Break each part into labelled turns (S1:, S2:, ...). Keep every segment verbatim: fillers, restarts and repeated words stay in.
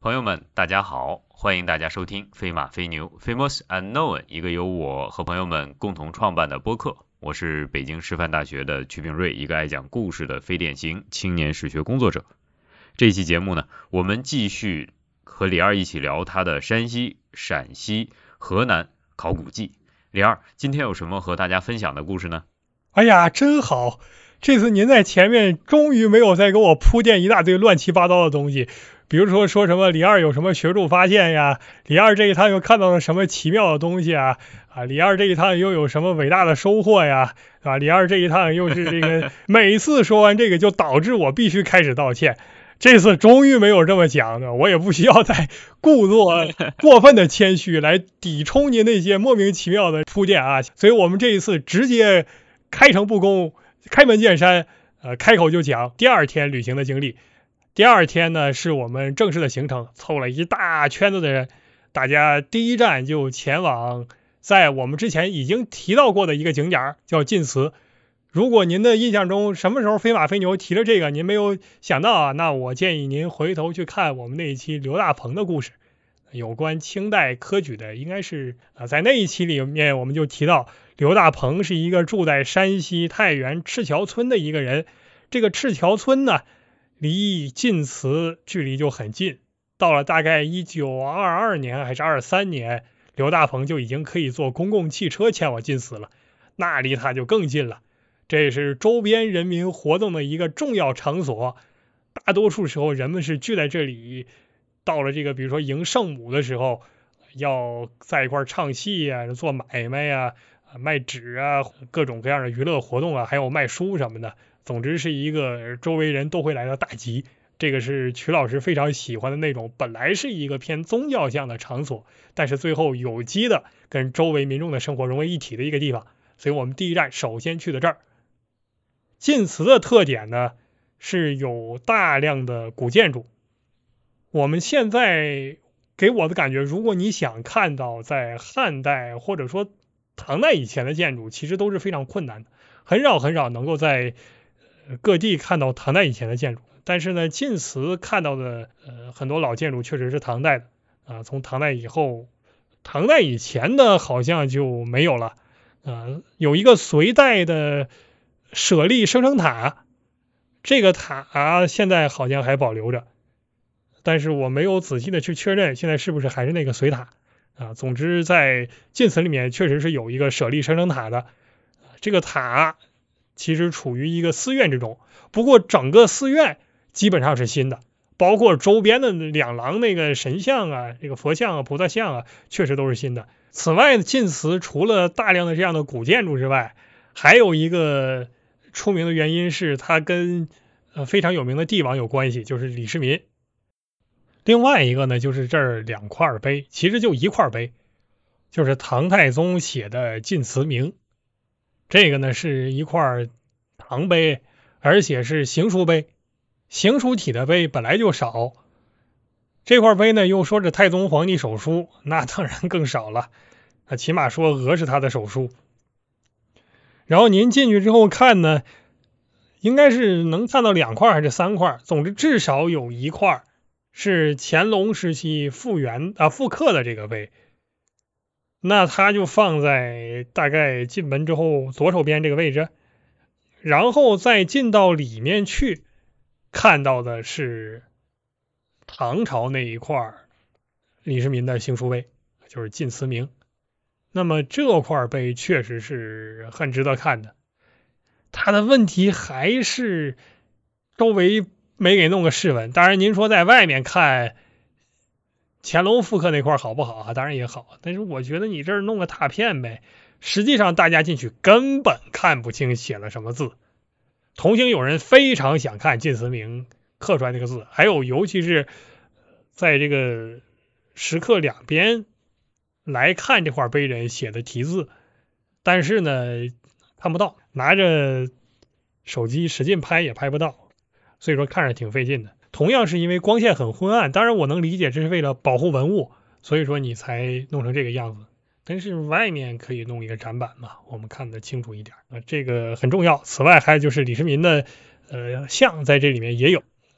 S1: 朋友们，大家好，欢迎大家收听飞马飞牛 Famous Unknown， 一个由我和朋友们共同创办的播客。我是北京师范大学的曲炳瑞，一个爱讲故事的非典型青年史学工作者。这一期节目呢，我们继续和李二一起聊他的山西、陕西、河南考古记。李二，今天有什么和大家分享的故事呢？
S2: 哎呀，真好！这次您在前面终于没有再给我铺垫一大堆乱七八糟的东西，比如说说什么李二有什么学术发现呀，李二这一趟又看到了什么奇妙的东西啊，啊，李二这一趟又有什么伟大的收获呀，啊，李二这一趟又是这个，每次说完这个就导致我必须开始道歉。这次终于没有这么讲的，我也不需要再故作过分的谦虚来抵冲您那些莫名其妙的铺垫啊，所以我们这一次直接开诚布公，开门见山，呃，开口就讲第二天旅行的经历。第二天呢，是我们正式的行程，凑了一大圈子的人，大家第一站就前往在我们之前已经提到过的一个景点，叫晋祠。如果您的印象中什么时候飞马飞牛提了这个您没有想到啊，那我建议您回头去看我们那一期刘大鹏的故事，有关清代科举的，应该是啊，在那一期里面我们就提到刘大鹏是一个住在山西太原赤桥村的一个人。这个赤桥村呢，离晋祠距离就很近，到了大概一九二二年还是二三年，刘大鹏就已经可以坐公共汽车前往晋祠了，那离他就更近了。这是周边人民活动的一个重要场所，大多数时候人们是聚在这里，到了这个比如说迎圣母的时候，要在一块唱戏啊，做买卖啊，卖纸啊，各种各样的娱乐活动啊，还有卖书什么的，总之是一个周围人都会来的大集。这个是曲老师非常喜欢的那种，本来是一个偏宗教向的场所，但是最后有机的跟周围民众的生活融为一体的一个地方，所以我们第一站首先去的这儿。晋祠的特点呢，是有大量的古建筑。我们现在给我的感觉，如果你想看到在汉代或者说唐代以前的建筑，其实都是非常困难的，很少很少能够在各地看到唐代以前的建筑。但是呢，晋祠看到的呃很多老建筑确实是唐代的啊，从唐代以后，唐代以前的好像就没有了啊。有一个隋代的舍利生生塔，这个塔现在好像还保留着，但是我没有仔细的去确认现在是不是还是那个隋塔啊。总之在晋祠里面确实是有一个舍利生生塔的，这个塔其实处于一个寺院之中，不过整个寺院基本上是新的，包括周边的两廊那个神像啊，这个佛像啊、菩萨像啊，确实都是新的。此外，晋祠除了大量的这样的古建筑之外，还有一个出名的原因是它跟呃非常有名的帝王有关系，就是李世民。另外一个呢，就是这儿两块碑，其实就一块碑，就是唐太宗写的晋祠铭。这个呢是一块唐碑，而且是行书碑，行书体的碑本来就少，这块碑呢又说是太宗皇帝手书，那当然更少了，起码说鹅是他的手书。然后您进去之后看呢，应该是能看到两块还是三块，总之至少有一块是乾隆时期复原啊复刻的这个碑，那它就放在大概进门之后左手边这个位置，然后再进到里面去，看到的是唐朝那一块李世民的行书碑，就是晋祠铭。那么这块碑确实是很值得看的，它的问题还是周围没给弄个释文。当然您说在外面看乾隆复刻那块好不好啊？当然也好，但是我觉得你这儿弄个拓片呗，实际上大家进去根本看不清写了什么字。同行有人非常想看晋祠铭刻出来那个字，还有尤其是在这个石刻两边来看这块碑人写的题字，但是呢看不到，拿着手机使劲拍也拍不到，所以说看着挺费劲的。同样是因为光线很昏暗，当然我能理解这是为了保护文物，所以说你才弄成这个样子，但是外面可以弄一个展板嘛，我们看得清楚一点，呃，这个很重要。此外还有就是李世民的呃像在这里面也有，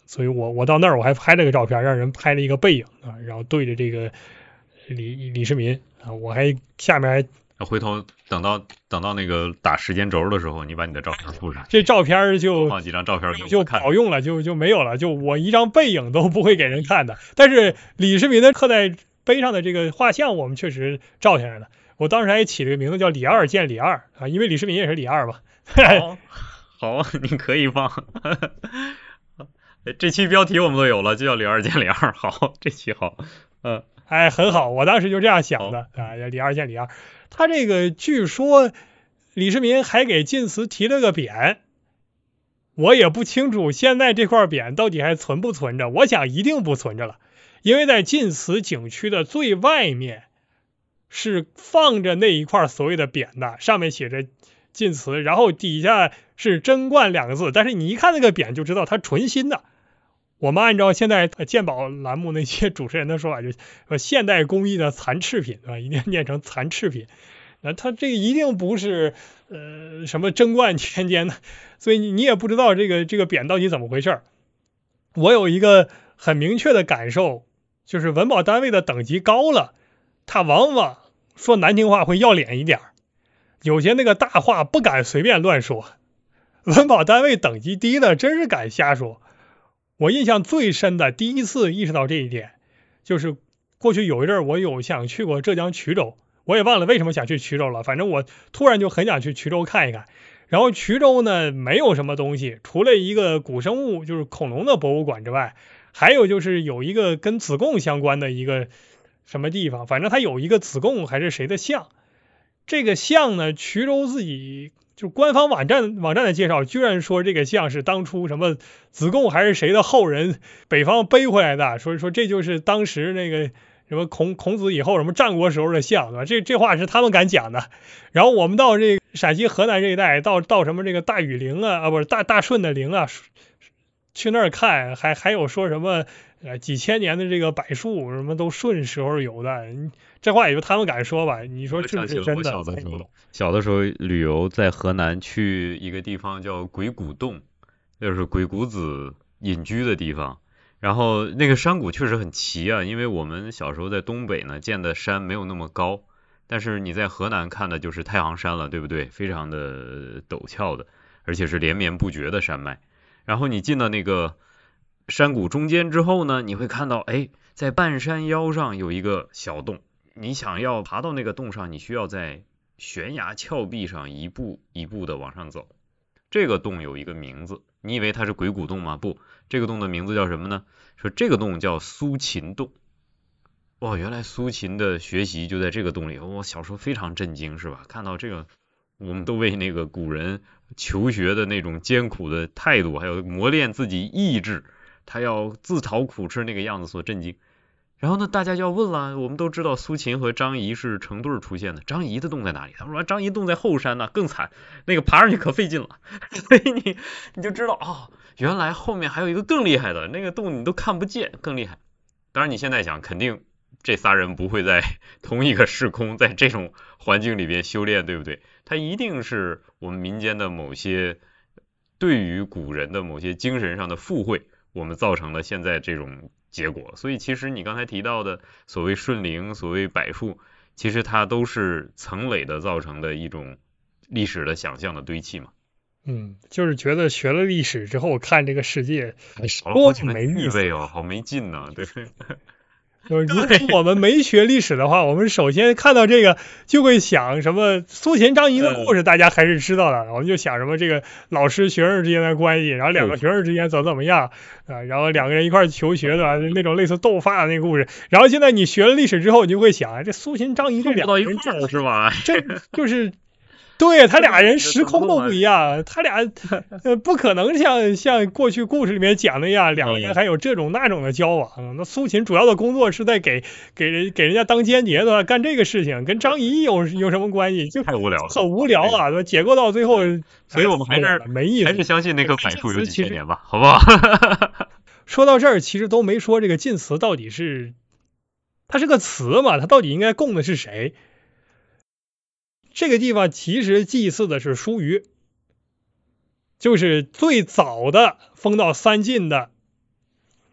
S2: 所以我我到那儿我还拍了个照片，让人拍了一个背影啊，然后对着这个李李世民啊，我还下面还
S1: 回头等到等到那个打时间轴的时候，你把你的照片附上，
S2: 这照片就
S1: 放几张照片给我
S2: 就
S1: 看，
S2: 保用了，就就没有了，就我一张背影都不会给人看的。但是李世民的刻在碑上的这个画像，我们确实照下来了。我当时还起了个名字叫李二见李二啊，因为李世民也是李二嘛。
S1: 好，好，你可以放。这期标题我们都有了，就叫李二见李二。好，这期好，嗯，
S2: 哎，很好，我当时就这样想的啊，李二见李二。他这个据说李世民还给晋祠提了个匾，我也不清楚现在这块匾到底还存不存着，我想一定不存着了，因为在晋祠景区的最外面是放着那一块所谓的匾的，上面写着晋祠，然后底下是贞观两个字，但是你一看那个匾就知道它纯新的。我们按照现在鉴宝栏目那些主持人的说法，就说现代工艺的残次品啊，一定念成残次品。那它这个一定不是呃什么贞观年间的，所以你你也不知道这个这个匾到底怎么回事。我有一个很明确的感受，就是文保单位的等级高了，他往往说难听话会要脸一点，有些那个大话不敢随便乱说。文保单位等级低的真是敢瞎说。我印象最深的第一次意识到这一点，就是过去有一阵我有想去过浙江衢州，我也忘了为什么想去衢州了，反正我突然就很想去衢州看一看。然后衢州呢没有什么东西，除了一个古生物就是恐龙的博物馆之外，还有就是有一个跟子贡相关的一个什么地方，反正它有一个子贡还是谁的像。这个像呢，衢州自己就官方网站网站的介绍，居然说这个像是当初什么子贡还是谁的后人北方背回来的，所以说这就是当时那个什么孔孔子以后什么战国时候的像，对吧？这这话是他们敢讲的。然后我们到这个陕西河南这一带，到到什么这个大禹陵啊，啊不是大大顺的陵啊，去那儿看，还还有说什么呃几千年的这个柏树什么都顺时候有的，这话也就他们敢说吧？你说是不是真的？
S1: 小的时候，小的时候旅游在河南，去一个地方叫鬼谷洞，就是鬼谷子隐居的地方。然后那个山谷确实很奇啊，因为我们小时候在东北呢见的山没有那么高，但是你在河南看的就是太行山了，对不对？非常的陡峭的，而且是连绵不绝的山脉。然后你进到那个山谷中间之后呢，你会看到，哎，在半山腰上有一个小洞。你想要爬到那个洞上，你需要在悬崖峭壁上一步一步的往上走。这个洞有一个名字，你以为它是鬼谷洞吗？不，这个洞的名字叫什么呢？说这个洞叫苏秦洞。哇，原来苏秦的学习就在这个洞里。我小时候非常震惊，是吧？看到这个，我们都为那个古人求学的那种艰苦的态度，还有磨练自己意志，他要自讨苦吃那个样子所震惊。然后呢，大家就要问了，我们都知道苏秦和张仪是成对出现的，张仪的洞在哪里？他们说张仪洞在后山呢，更惨，那个爬上去可费劲了。所以你你就知道哦，原来后面还有一个更厉害的，那个洞你都看不见，更厉害。当然你现在想，肯定这仨人不会在同一个时空，在这种环境里边修炼，对不对？他一定是我们民间的某些对于古人的某些精神上的附会，我们造成了现在这种结果。所以其实你刚才提到的所谓顺陵，所谓柏树，其实它都是层累的造成的一种历史的想象的堆砌嘛。
S2: 嗯，就是觉得学了历史之后看这个世界
S1: 多没意思哦，好没劲呢、啊，对。
S2: 如果我们没学历史的话，我们首先看到这个就会想什么苏秦张仪的故事，大家还是知道的。我们就想什么这个老师学生之间的关系，然后两个学生之间怎么怎么样啊，然后两个人一块求学的那种类似斗法的那个故事。然后现在你学了历史之后，你就会想，这苏秦张仪这两个人
S1: 是吧？
S2: 这就是对他俩人时空都不一样，他俩呃不可能像像过去故事里面讲那样，两个人还有这种那种的交往。那苏秦主要的工作是在给给人给人家当间谍的，干这个事情，跟张仪有有什么关系？就
S1: 太无聊了，
S2: 很无聊啊！对吧？解构到最后，
S1: 所以我们还是
S2: 没意思，
S1: 还是相信那棵柏树有几千年吧，好不好？
S2: 说到这儿，其实都没说这个晋祠到底是它是个祠嘛，它到底应该供的是谁？这个地方其实祭祀的是叔虞，就是最早的封到三晋的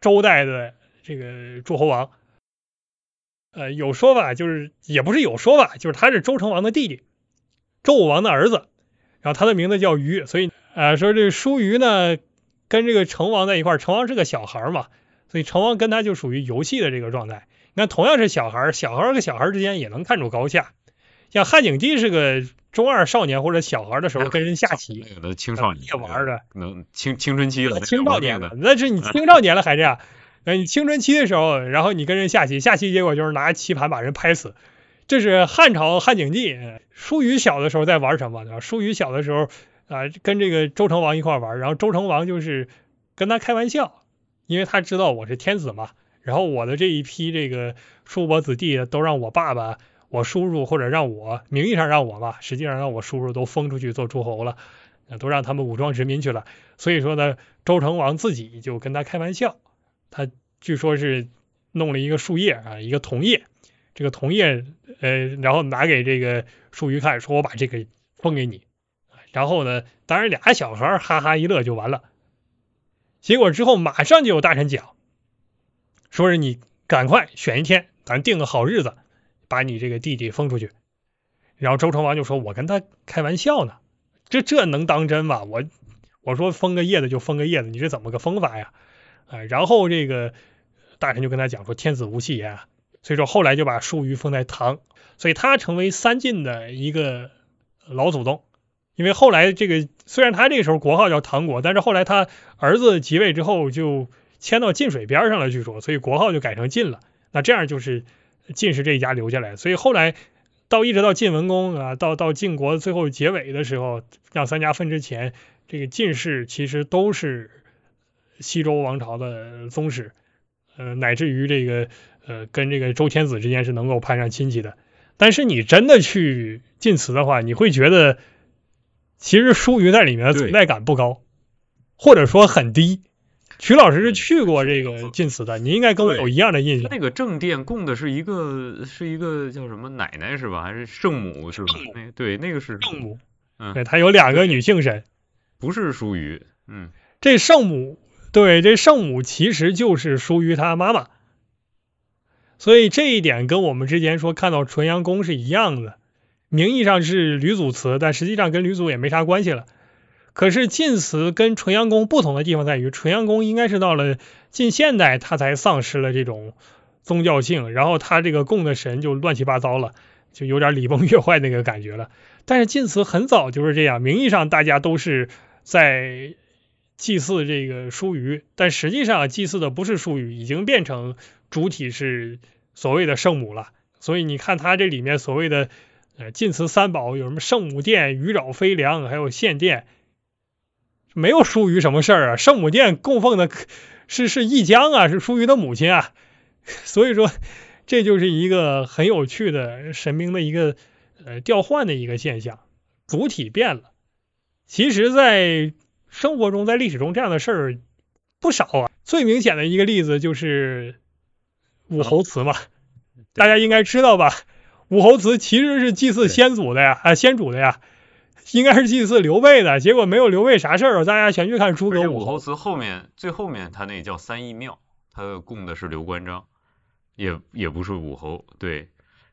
S2: 周代的这个诸侯王。呃，有说法就是也不是有说法，就是他是周成王的弟弟，周武王的儿子，然后他的名字叫虞，所以呃说这个叔虞呢跟这个成王在一块儿，成王是个小孩嘛，所以成王跟他就属于游戏的这个状态。你看同样是小孩，小孩和小孩之间也能看出高下。像汉景帝是个中二少年或者小孩的时候跟人下棋，
S1: 那个青少年
S2: 也玩的，
S1: 能青青春期了，
S2: 青少年了，那是你青少年了还这样。那你青春期的时候，然后你跟人下棋，下棋结果就是拿棋盘把人拍死。这是汉朝汉景帝。叔虞小的时候在玩什么呢？叔虞小的时候啊、呃，跟这个周成王一块玩，然后周成王就是跟他开玩笑，因为他知道我是天子嘛，然后我的这一批这个叔伯子弟都让我爸爸、我叔叔或者让我名义上让我吧，实际上让我叔叔都封出去做诸侯了，都让他们武装殖民去了。所以说呢，周成王自己就跟他开玩笑。他据说是弄了一个树叶啊，一个桐叶，这个桐叶呃，然后拿给这个叔虞看，说我把这个封给你。然后呢，当然俩小孩哈哈一乐就完了。结果之后马上就有大臣讲，说是你赶快选一天，咱定个好日子，把你这个弟弟封出去。然后周成王就说，我跟他开玩笑呢，这这能当真吗？我我说封个叶子就封个叶子，你这怎么个封法呀？啊，然后这个大臣就跟他讲说，天子无戏言啊，所以说后来就把叔虞封在唐，所以他成为三晋的一个老祖宗。因为后来这个虽然他这个时候国号叫唐国，但是后来他儿子即位之后就迁到晋水边上了，据说，所以国号就改成晋了。那这样就是晋氏这一家留下来，所以后来到一直到晋文公啊，到到晋国最后结尾的时候，让三家分之前，这个晋氏其实都是西周王朝的宗室，呃，乃至于这个呃跟这个周天子之间是能够攀上亲戚的。但是你真的去晋祠的话，你会觉得其实叔虞在里面的存在感不高，或者说很低。曲老师是去过这个晋祠的，你应该跟我有一样的印象。
S1: 那个正殿供的是一个是一个叫什么奶奶是吧？还是圣母是吧？那对，那个是
S2: 圣母。
S1: 嗯，
S2: 对，他有两个女性神，
S1: 不是叔虞。嗯，
S2: 这圣母，对，这圣母其实就是叔虞他妈妈。所以这一点跟我们之前说看到纯阳宫是一样的，名义上是吕祖祠，但实际上跟吕祖也没啥关系了。可是晋祠跟纯阳宫不同的地方在于，纯阳宫应该是到了近现代它才丧失了这种宗教性，然后它这个供的神就乱七八糟了，就有点礼崩乐坏那个感觉了。但是晋祠很早就是这样，名义上大家都是在祭祀这个叔虞，但实际上祭祀的不是叔虞，已经变成主体是所谓的圣母了。所以你看它这里面所谓的呃晋祠三宝有什么圣母殿、鱼爪飞梁，还有献殿，没有叔虞什么事儿啊。圣母殿供奉的是是易江啊，是叔虞的母亲啊。所以说这就是一个很有趣的神明的一个呃调换的一个现象，主体变了。其实在生活中在历史中这样的事儿不少啊，最明显的一个例子就是武侯祠嘛，大家应该知道吧？武侯祠其实是祭祀先祖的呀，啊先主的呀，应该是祭祀刘备的，结果没有刘备啥事儿，大家全去看诸葛武
S1: 侯。武侯祠后面最后面他那叫三义庙，他供的是刘关张，也也不是武侯，对，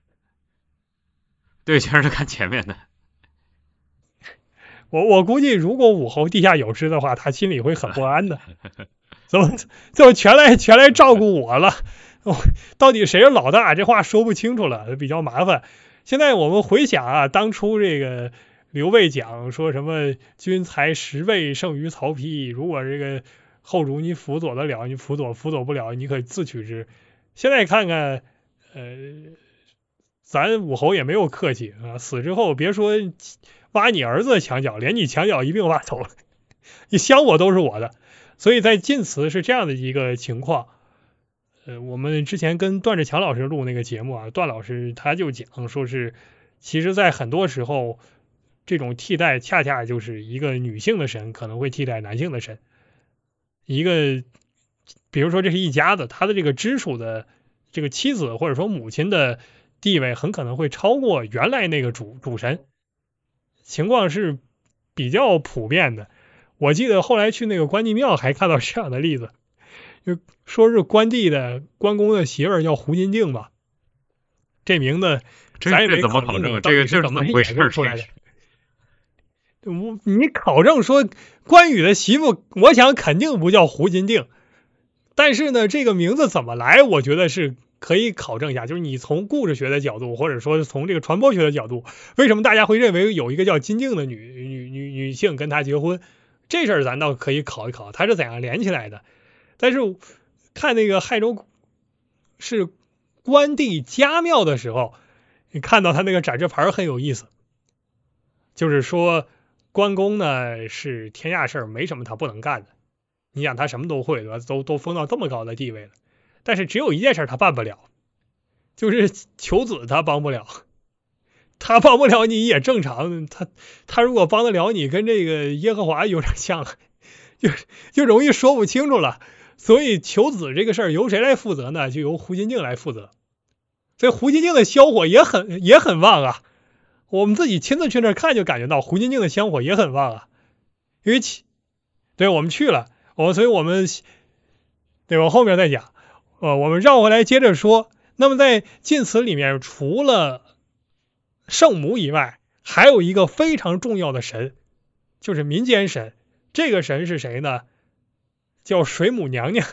S1: 对，全是看前面的。
S2: 我我估计，如果武侯地下有知的话，他心里会很不安的。怎么怎么全来全来照顾我了？到底谁是老大？这话说不清楚了，比较麻烦。现在我们回想啊，当初这个刘备讲说什么军才十倍胜于曹丕，如果这个后主你辅佐得了，你辅佐辅佐不了，你可自取之。现在看看，呃，咱武侯也没有客气啊，死之后别说挖你儿子的墙角，连你墙角一并挖走了，你香火都是我的。所以在晋祠是这样的一个情况。呃，我们之前跟段志强老师录那个节目啊，段老师他就讲说是，其实在很多时候，这种替代恰恰就是一个女性的神可能会替代男性的神。一个，比如说这是一家子，他的这个直属的这个妻子或者说母亲的地位很可能会超过原来那个主主神。情况是比较普遍的。我记得后来去那个关帝庙还看到这样的例子， 就说是关帝的关公的媳妇儿叫胡金锭吧，这名字咱也没
S1: 怎么考证？这个是怎么回事
S2: 出来的？我你考证说关羽的媳妇，我想肯定不叫胡金锭，但是呢，这个名字怎么来，我觉得是可以考证一下。就是你从故事学的角度，或者说从这个传播学的角度，为什么大家会认为有一个叫金锭的女女女女性跟他结婚？这事儿咱倒可以考一考，他是怎样连起来的。但是看那个汉州是关帝家庙的时候，你看到他那个展示牌很有意思，就是说关公呢是天下事儿没什么他不能干的，你想他什么都会，对吧？都都封到这么高的地位了，但是只有一件事他办不了，就是求子他帮不了。他帮不了你也正常，他他如果帮得了你，跟这个耶和华有点像，就就容易说不清楚了。所以求子这个事儿由谁来负责呢？就由胡金锭来负责。所以胡金锭的香火也很也很旺啊。我们自己亲自去那儿看就感觉到胡金锭的香火也很旺啊。因为对我们去了，我所以我们对吧？后面再讲。呃，我们绕回来接着说。那么在晋祠里面，除了圣母以外，还有一个非常重要的神，就是民间神。这个神是谁呢？叫水母娘娘。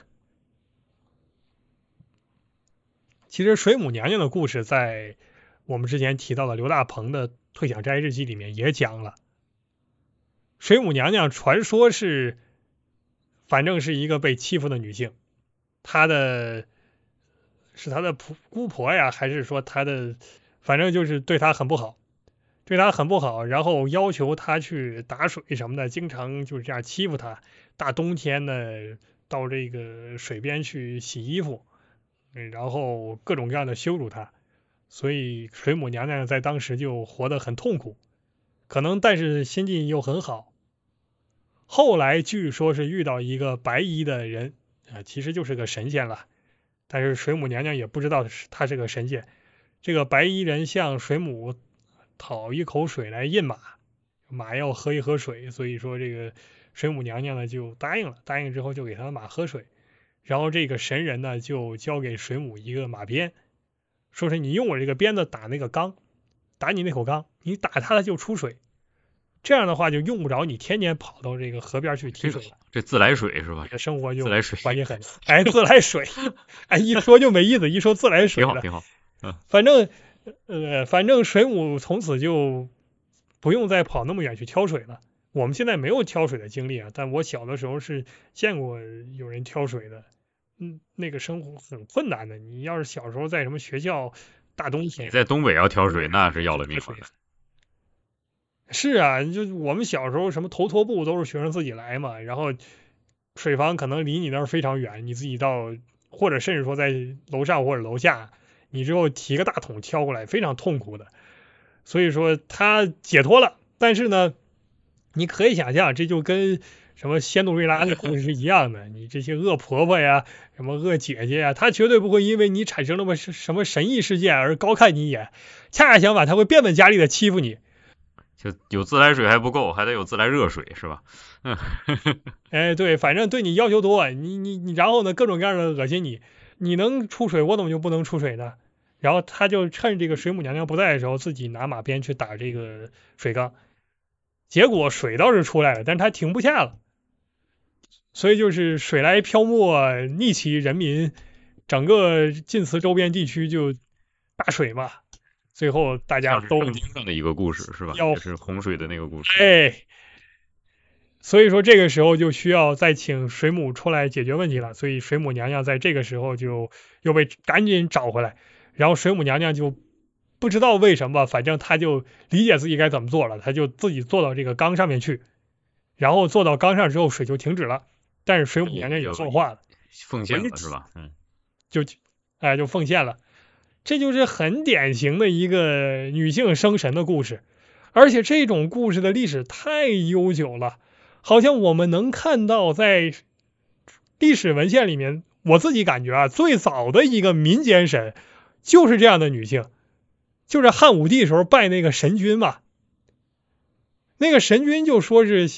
S2: 其实水母娘娘的故事在我们之前提到的刘大鹏的《退享斋日记》里面也讲了。水母娘娘传说是反正是一个被欺负的女性，她的是她的姑婆呀，还是说她的反正就是对她很不好，对她很不好，然后要求她去打水什么的，经常就是这样欺负她。大冬天的到这个水边去洗衣服，然后各种各样的羞辱她，所以水母娘娘在当时就活得很痛苦，可能但是心地又很好。后来据说是遇到一个白衣的人，呃，其实就是个神仙了，但是水母娘娘也不知道他是个神仙。这个白衣人向水母讨一口水来印马，马要喝一喝水，所以说这个水母娘娘呢就答应了，答应之后就给他的马喝水，然后这个神人呢就交给水母一个马鞭，说是你用我这个鞭子打那个缸，打你那口缸，你打它了就出水，这样的话就用不着你天天跑到这个河边去提水了。
S1: 这自来水是吧？
S2: 你的生活就
S1: 自来水
S2: 缓解很多。哎，自来水，哎，一说就没意思，一说自来水了，
S1: 挺好挺好。嗯，
S2: 反正呃，反正水母从此就不用再跑那么远去挑水了。我们现在没有挑水的经历啊，但我小的时候是见过有人挑水的。嗯，那个生活很困难的。你要是小时候在什么学校，大冬天
S1: 你在东北要挑水，那是要了命了。
S2: 是啊，就我们小时候什么头拖布都是学生自己来嘛，然后水房可能离你那儿非常远，你自己到，或者甚至说在楼上或者楼下，你之后提个大桶挑过来，非常痛苦的。所以说他解脱了，但是呢，你可以想象，这就跟什么仙杜瑞拉的故事是一样的。你这些恶婆婆呀，什么恶姐姐呀，她绝对不会因为你产生了什么什么神异事件而高看你一眼，恰恰相反，她会变本加厉的欺负你。
S1: 就有自来水还不够，还得有自来热水，是吧？嗯，
S2: 哎，对，反正对你要求多，你你你，然后呢，各种各样的恶心你，你能出水，我怎么就不能出水呢？然后他就趁这个水母娘娘不在的时候，自己拿马鞭去打这个水缸，结果水倒是出来了，但是他停不下了，所以就是水来漂没，逆其人民，整个晋祠周边地区就大水嘛。最后大家都
S1: 圣经上的一个故事是吧？也是洪水的那个故事。
S2: 哎，所以说这个时候就需要再请水母出来解决问题了。所以水母娘娘在这个时候就又被赶紧找回来，然后水母娘娘就不知道为什么，反正她就理解自己该怎么做了，她就自己坐到这个缸上面去，然后坐到缸上之后水就停止了，但是水母娘娘也作化了，
S1: 奉献了是吧？嗯，
S2: 就哎就奉献了。这就是很典型的一个女性生神的故事，而且这种故事的历史太悠久了，好像我们能看到在历史文献里面，我自己感觉啊，最早的一个民间神就是这样的女性，就是汉武帝时候拜那个神君嘛，那个神君就说是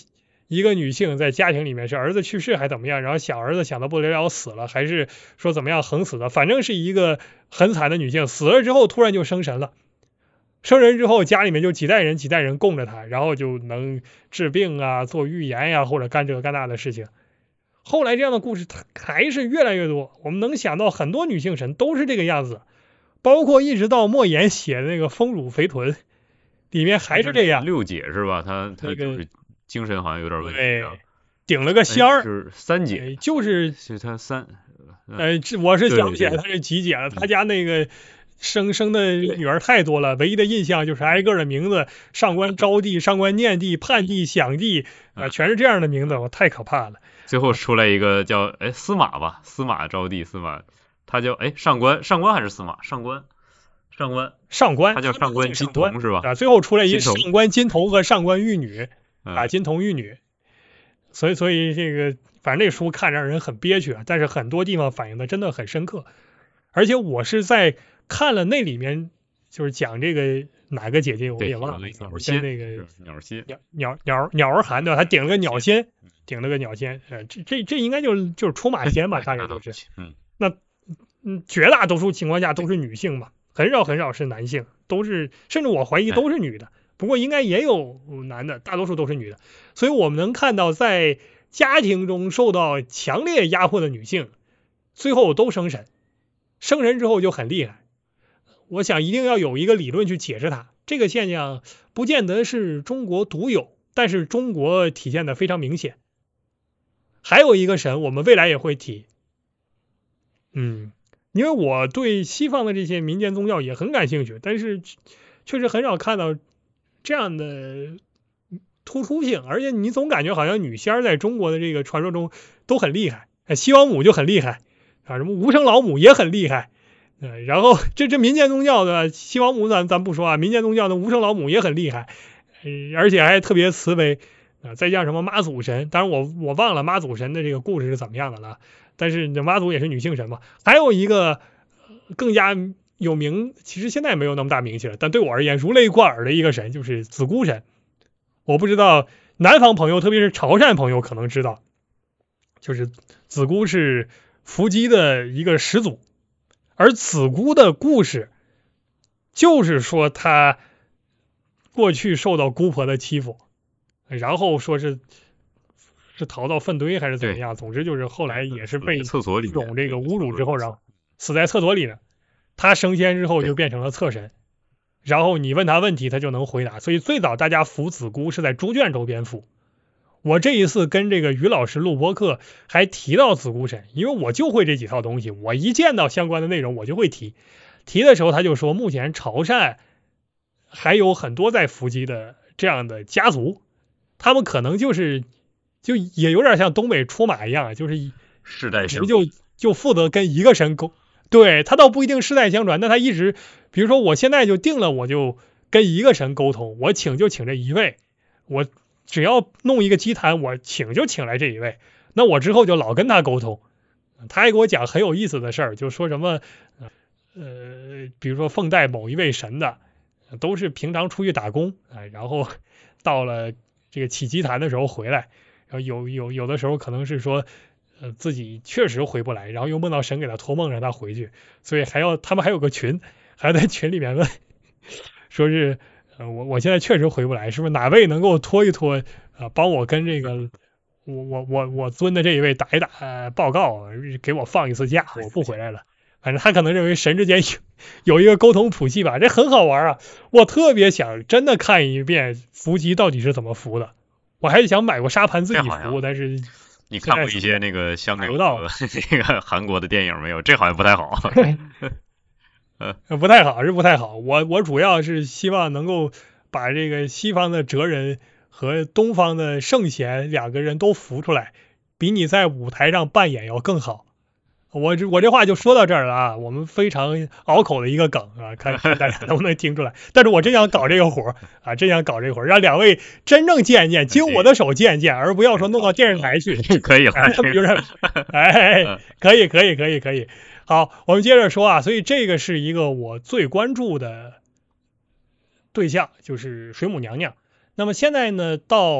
S2: 一个女性在家庭里面是儿子去世还怎么样，然后小儿子想的不得了死了，还是说怎么样横死的，反正是一个很惨的女性，死了之后突然就生神了。生人之后，家里面就几代人几代人供着他，然后就能治病啊、做预言呀、啊，或者干这个干那的事情。后来这样的故事还是越来越多，我们能想到很多女性神都是这个样子，包括一直到莫言写的那个《丰乳肥臀》里面还是这样。
S1: 六姐是吧？她她就是精神好像有点问题、啊，
S2: 对，顶了个仙儿、哎、
S1: 是三姐，
S2: 就是
S1: 是她三。
S2: 呃，我是想不起来她是几姐了，她家那个。生生的女儿太多了，唯一的印象就是挨个的名字，上官招娣、上官念娣、盼娣、想娣啊、呃，全是这样的名字，我太可怕了。
S1: 最后出来一个叫哎司马吧，司马招娣，司马他叫哎上官，上官还是司马？上官，上官，
S2: 上官，
S1: 他叫上官金童是吧？
S2: 啊，最后出来一上官金童和上官玉女啊，
S1: 嗯、
S2: 金童玉女。所以所以这个反正这书看让人很憋屈啊，但是很多地方反映的真的很深刻，而且我是在。看了那里面就是讲这个哪个姐姐我也忘了，
S1: 鸟仙
S2: 那个
S1: 鸟仙
S2: 鸟鸟鸟鸟儿寒对吧？他顶了个鸟仙，顶了个鸟仙，呃，这这这应该就是就是出马仙吧，大概都是。
S1: 嗯，
S2: 那嗯，绝大多数情况下都是女性嘛，很少很少是男性，都是甚至我怀疑都是女的，不过应该也有男的，大多数都是女的。所以我们能看到，在家庭中受到强烈压迫的女性，最后都生神，生神之后就很厉害。我想一定要有一个理论去解释它，这个现象不见得是中国独有，但是中国体现的非常明显。还有一个神我们未来也会提，嗯，因为我对西方的这些民间宗教也很感兴趣，但是确实很少看到这样的突出性，而且你总感觉好像女仙在中国的这个传说中都很厉害，西王母就很厉害啊，什么无声老母也很厉害。呃，然后这这民间宗教的西王母咱咱不说啊，民间宗教的无声老母也很厉害，呃、而且还特别慈悲啊、呃。再加上什么妈祖神，当然我我忘了妈祖神的这个故事是怎么样的了，但是这妈祖也是女性神嘛。还有一个更加有名，其实现在没有那么大名气了，但对我而言如雷贯耳的一个神就是子姑神。我不知道南方朋友，特别是潮汕朋友可能知道，就是子姑是伏击的一个始祖。而子姑的故事就是说她过去受到姑婆的欺负，然后说是是逃到粪堆还是怎么样，总之就是后来也是被
S1: 厕所里
S2: 种这个侮辱之后，然后死在厕所里呢。他升仙之后就变成了侧神，然后你问他问题他就能回答，所以最早大家扶子姑是在猪圈周边扶。我这一次跟这个于老师录播课还提到子姑神，因为我就会这几套东西，我一见到相关的内容我就会提。提的时候他就说，目前潮汕还有很多在伏击的这样的家族，他们可能就是就也有点像东北出马一样，就是
S1: 世代相
S2: 就就负责跟一个神沟，对他倒不一定世代相传，但他一直比如说我现在就定了，我就跟一个神沟通，我请就请这一位，我只要弄一个祭坛，我请就请来这一位，那我之后就老跟他沟通。他还给我讲很有意思的事儿，就说什么呃，比如说奉代某一位神的，都是平常出去打工啊，然后到了这个起祭坛的时候回来，然后有有有的时候可能是说呃自己确实回不来，然后又梦到神给他托梦让他回去，所以还要他们还有个群，还要在群里面问，说是。呃，我我现在确实回不来，是不是哪位能够拖一拖啊、呃，帮我跟这个我我我我尊的这一位打一打、呃、报告，给我放一次假，我不回来了。反正他可能认为神之间有有一个沟通谱系吧，这很好玩啊！我特别想真的看一遍伏击到底是怎么伏的，我还想买过沙盘自己伏，但是
S1: 你看过一些那个香港的那个韩国的电影没有？这好像不太好。
S2: 呃，不太好，是不太好。我我主要是希望能够把这个西方的哲人和东方的圣贤两个人都扶出来，比你在舞台上扮演要更好。我这我这话就说到这儿了啊，我们非常拗口的一个梗啊，看看大家能不能听出来。但是我真想搞这个活啊，真想搞这个活，让两位真正见一见，经我的手见一见，而不要说弄到电视台去。
S1: 可以了，
S2: 有点，哎，可以，可以，可以，可以。好，我们接着说啊，所以这个是一个我最关注的对象，就是水母娘娘。那么现在呢，到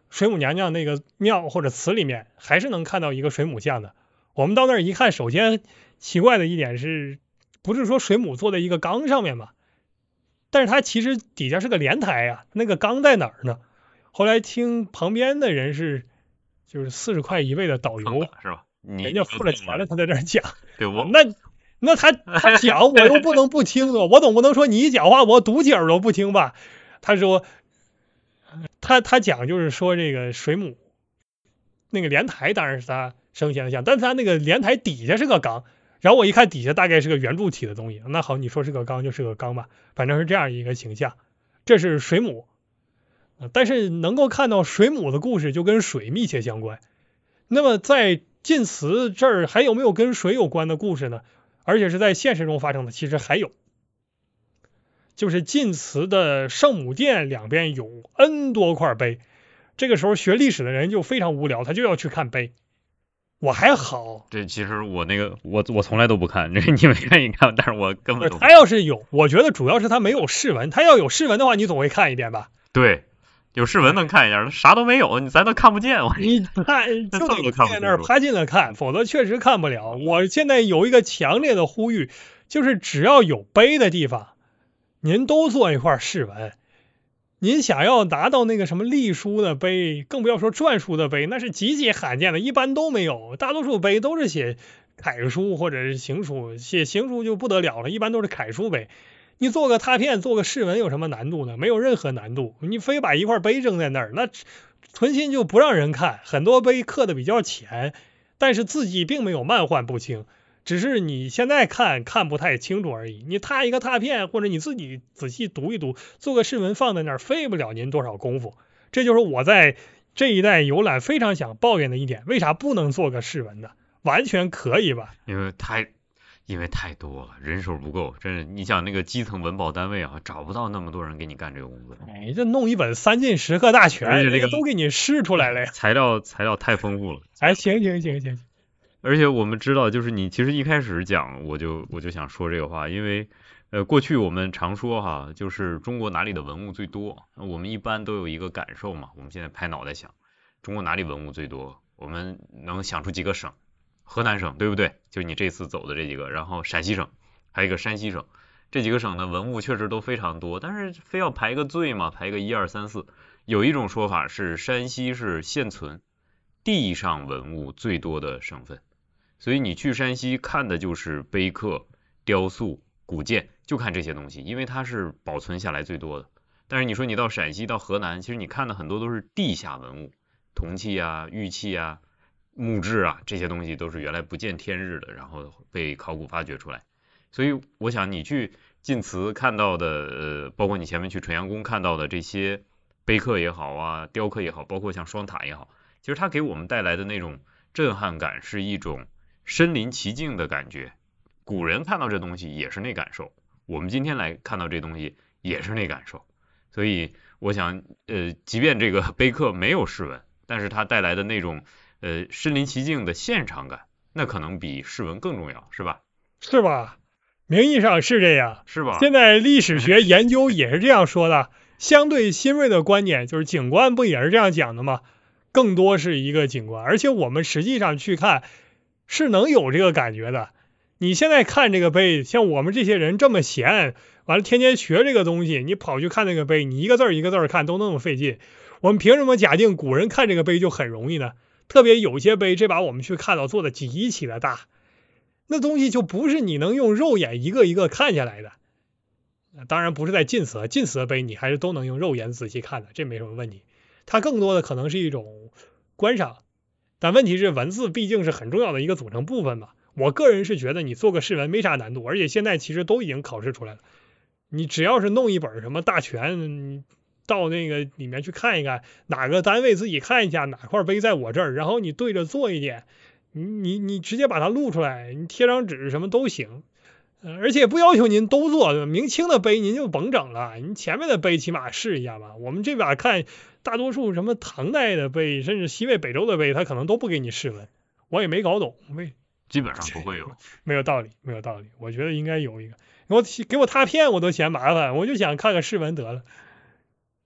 S2: 水母娘娘那个庙或者祠里面，还是能看到一个水母像的。我们到那儿一看，首先奇怪的一点是，不是说水母坐在一个缸上面嘛？但是它其实底下是个莲台啊，那个缸在哪儿呢？后来听旁边的人是，就是四十块一位的导游
S1: 是吧？你
S2: 人家付了钱了，他在这儿讲。
S1: 对我
S2: 那那他他讲我又不能不听的，我总不能说你一讲话我堵起耳朵不听吧？他说他他讲就是说这个水母那个莲台当然是他升仙的像，但是他那个莲台底下是个缸。然后我一看底下大概是个圆柱体的东西，那好，你说是个缸就是个缸吧，反正是这样一个形象。这是水母，但是能够看到水母的故事就跟水密切相关。那么在晋祠这儿还有没有跟水有关的故事呢？而且是在现实中发生的，其实还有，就是晋祠的圣母殿两边有 N 多块碑。这个时候学历史的人就非常无聊，他就要去看碑。我还好，
S1: 这其实我那个我我从来都不看，这你们愿意看，但是我根本都不看。
S2: 他要是有，我觉得主要是他没有释文，他要有释文的话，你总会看一遍吧？
S1: 对，有释文能看一下，啥都没有，你咱都看不见。我
S2: 你看就得在那儿趴近了看，否则确实看不了。我现在有一个强烈的呼吁，就是只要有碑的地方，您都做一块释文。您想要拿到那个什么隶书的碑，更不要说篆书的碑，那是极其罕见的，一般都没有。大多数碑都是写楷书或者是行书，写行书就不得了了，一般都是楷书碑。你做个拓片，做个释文有什么难度呢？没有任何难度。你非把一块碑扔在那儿，那存心就不让人看。很多碑刻的比较浅，但是字迹并没有漫画不清。只是你现在看看不太清楚而已。你拓一个拓片，或者你自己仔细读一读，做个释文放在那儿，费不了您多少功夫。这就是我在这一带游览非常想抱怨的一点。为啥不能做个释文呢？完全可以吧？
S1: 因为太因为太多了，人手不够，真是。你想那个基层文保单位啊，找不到那么多人给你干这个工作。
S2: 哎，这弄一本三晋石刻大全，
S1: 这
S2: 个都给你试出来了呀。
S1: 材料材料太丰富了。
S2: 哎，行行行行。
S1: 而且我们知道，就是你其实一开始讲，我就我就想说这个话，因为呃过去我们常说哈，就是中国哪里的文物最多，我们一般都有一个感受嘛。我们现在拍脑袋想，中国哪里文物最多，我们能想出几个省？河南省对不对？就你这次走的这几个，然后陕西省，还有一个山西省，这几个省的文物确实都非常多，但是非要排个最嘛，排个一二三四。有一种说法是山西是现存地上文物最多的省份。所以你去山西看的就是碑刻、雕塑、古建，就看这些东西，因为它是保存下来最多的。但是你说你到陕西、到河南，其实你看的很多都是地下文物，铜器啊、玉器啊、木质啊，这些东西都是原来不见天日的，然后被考古发掘出来。所以我想你去晋祠看到的，呃，包括你前面去纯阳宫看到的这些碑刻也好啊、雕刻也好，包括像双塔也好，其实它给我们带来的那种震撼感是一种身临其境的感觉。古人看到这东西也是那感受，我们今天来看到这东西也是那感受。所以我想呃，即便这个碑刻没有释文，但是它带来的那种呃身临其境的现场感，那可能比释文更重要，是吧？
S2: 是吧？名义上是这样，
S1: 是吧？
S2: 现在历史学研究也是这样说的。相对新锐的观点就是景观不也是这样讲的吗？更多是一个景观，而且我们实际上去看是能有这个感觉的。你现在看这个碑，像我们这些人这么闲，完了天天学这个东西，你跑去看那个碑，你一个字儿一个字儿看都那么费劲，我们凭什么假定古人看这个碑就很容易呢？特别有些碑，这把我们去看到做的极其的大，那东西就不是你能用肉眼一个一个看下来的。当然不是在晋祠，晋祠的碑你还是都能用肉眼仔细看的，这没什么问题。它更多的可能是一种观赏，但问题是文字毕竟是很重要的一个组成部分嘛。我个人是觉得你做个释文没啥难度，而且现在其实都已经考试出来了。你只要是弄一本什么大全，你到那个里面去看一看，哪个单位自己看一下哪块碑在我这儿，然后你对着做一点，你你你直接把它录出来，你贴张纸什么都行。呃，而且不要求您都做，明清的碑您就甭整了，您前面的碑起码试一下吧。我们这把看大多数什么唐代的碑，甚至西魏、北周的碑，他可能都不给你释文，我也没搞懂为。
S1: 基本上不会有，
S2: 没有道理，没有道理。我觉得应该有一个，我给我拓片我都嫌麻烦，我就想看个释文得了。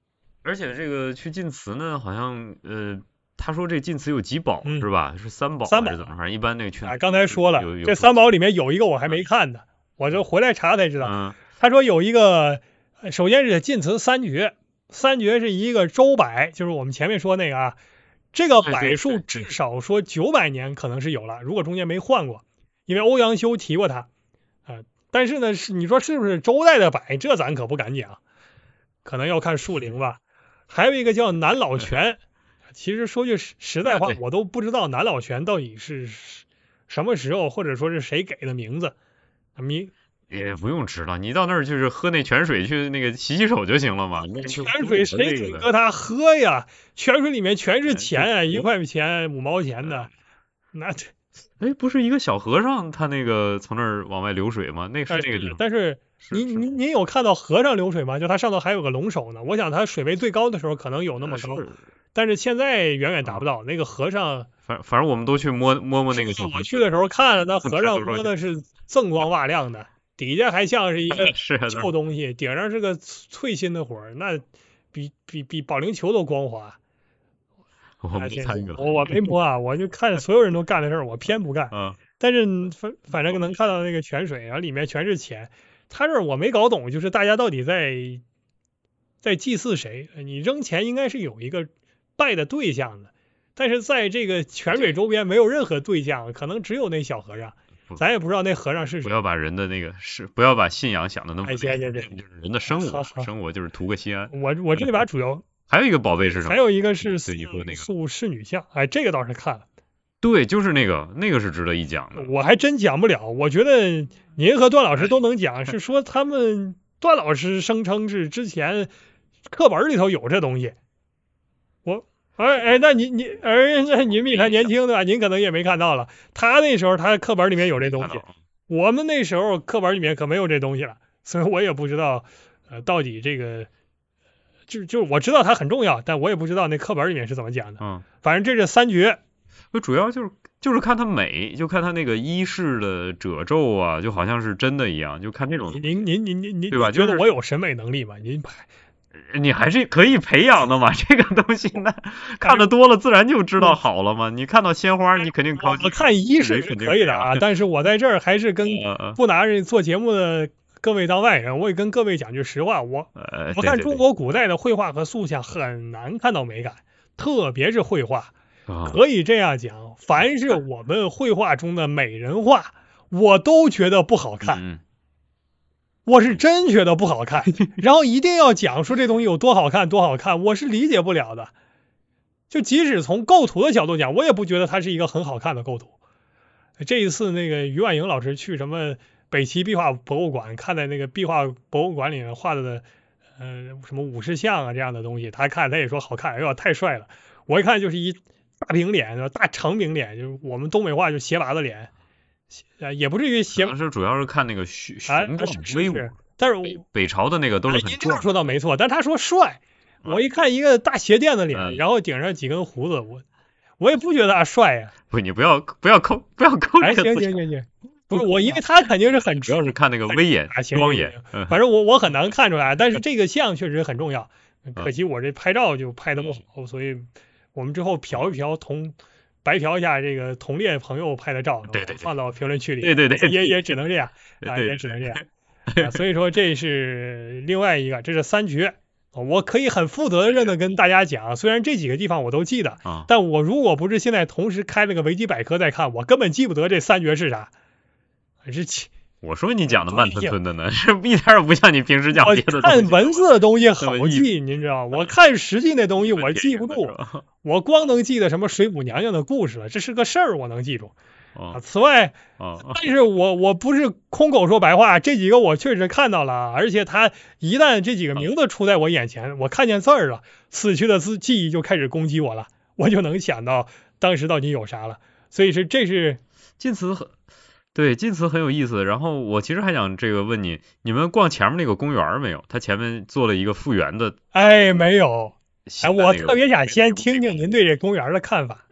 S1: 而且这个去晋祠呢，好像呃，他说这晋祠有几宝、
S2: 嗯、
S1: 是吧？是三宝
S2: 三宝
S1: 还是怎么？反正一般那个去。
S2: 啊，刚才说了，
S1: 有有
S2: 这三宝里面有一个我还没看呢，我就回来查才知道。
S1: 嗯，
S2: 他说有一个，首先是晋祠三绝，三绝是一个周柏，就是我们前面说那个啊，这个柏树至少说九百年可能是有了，如果中间没换过，因为欧阳修提过它啊、呃。但是呢，是你说是不是周代的柏，这咱可不敢讲，可能要看树龄吧。还有一个叫南老泉，其实说句实在话，我都不知道南老泉到底是什么时候，或者说是谁给的名字。名
S1: 也不用知道，你到那儿就是喝那泉水去那个洗洗手就行了嘛。
S2: 泉水谁准搁它喝呀？泉水里面全是钱啊，一块钱、五毛钱的，那这。
S1: 哎，不是一个小和尚，他那个从那儿往外流水吗？那是那个地方。
S2: 但是你你你有看到和尚流水吗？就它上头还有个龙首呢。我想它水位最高的时候可能有那么高，但是现在远远达不到。那个和尚，
S1: 反反正我们都去摸摸摸那个。
S2: 我去的时候看了，那和尚摸的是锃光瓦亮的，底下还像是一个旧东西，顶上是个翠心的火，那比比比保龄球都光滑。
S1: 我没参与了，
S2: 我我没摸啊，我就看所有人都干的事儿，我偏不干。
S1: 嗯，
S2: 但是反反正能看到那个泉水，然后里面全是钱。他这我没搞懂，就是大家到底在在祭祀谁？你扔钱应该是有一个拜的对象的，但是在这个泉水周边没有任何对象，可能只有那小和尚，咱也不知道那和尚是谁。
S1: 不要把人的那个是不要把信仰想的那么
S2: 哎，行行
S1: 行，就是人的生活，生活就是图个心安。
S2: 我我这里把主要。
S1: 还有一个宝贝是什么？
S2: 还有一个是
S1: 塑
S2: 仕女像，哎，这个倒是看了。
S1: 对，就是那个，那个是值得一讲的。
S2: 我还真讲不了，我觉得您和段老师都能讲，是说他们段老师声称是之前课本里头有这东西。我，哎哎，那您您，哎，那您比他年轻对吧？您可能也没看到了。他那时候他课本里面有这东西，我们那时候课本里面可没有这东西了，所以我也不知道，呃，到底这个。就就我知道它很重要，但我也不知道那课本里面是怎么讲的。
S1: 嗯，
S2: 反正这是三绝。
S1: 我主要就是就是看它美，就看它那个衣饰的褶皱啊，就好像是真的一样，就看这种。
S2: 您您您您您
S1: 对吧？
S2: 觉得我有审美能力吗？您
S1: 你还是可以培养的嘛，这个东西呢，看的多了自然就知道好了嘛。你看到鲜花，你肯定高兴。
S2: 我看衣饰是可以的啊，但是我在这儿还是跟不拿着做节目的。各位当外人，我也跟各位讲句实话，我、
S1: 呃、
S2: 我看中国古代的绘画和塑像很难看到美感，特别是绘画，
S1: 哦、
S2: 可以这样讲，凡是我们绘画中的美人画，我都觉得不好看，
S1: 嗯、
S2: 我是真觉得不好看，然后一定要讲说这东西有多好看多好看，我是理解不了的。就即使从构图的角度讲，我也不觉得它是一个很好看的构图。这一次那个于婉莹老师去什么北齐壁画博物馆，看在那个壁画博物馆里面画的呃什么武士像啊这样的东西，他看他也说好看，哎呦太帅了。我一看就是一大饼脸，大长饼脸，就是我们东北话就斜拔子脸，呃也不至于斜。
S1: 是主要是看那个雄雄壮威武，
S2: 但是
S1: 北北朝的那个都是很壮。
S2: 您这样说倒没错，但他说帅，我一看一个大鞋垫子脸，
S1: 嗯、
S2: 然后顶上几根胡子，我我也不觉得他帅呀、
S1: 啊。不，你不要不要抠不要抠这个。
S2: 哎，行行行行。不是我，因为他肯定是很
S1: 主要是看那个威严、庄严，
S2: 反正我我很难看出来，但是这个像确实很重要。可惜我这拍照就拍的不好，所以我们之后嫖一嫖同白嫖一下这个同列朋友拍的照，
S1: 对对，
S2: 放到评论区里，
S1: 对对对，
S2: 也也只能这样啊，也只能这样。啊、所以说这是另外一个，这是三绝。我可以很负责任的跟大家讲，虽然这几个地方我都记得，
S1: 啊、
S2: 但我如果不是现在同时开了个维基百科在看，我根本记不得这三绝是啥。是
S1: 我说你讲的慢吞吞的呢，是一点也不像你平时讲别的东西。
S2: 我看文字的东西好记，您知道，我看实际那东西我记不住，我光能记得什么水母娘娘的故事了，这是个事儿我能记住。
S1: 啊，
S2: 此外，
S1: 啊，
S2: 但是我我不是空口说白话，这几个我确实看到了，而且他一旦这几个名字出在我眼前，我看见字儿了，死去的字记忆就开始攻击我了，我就能想到当时到底有啥了。所以是这是
S1: 晋祠很对晋祠很有意思。然后我其实还想这个问你，你们逛前面那个公园没有？它前面做了一个复原的。
S2: 哎，没有。哎，我特别想先
S1: 听
S2: 听您对这公园的看法。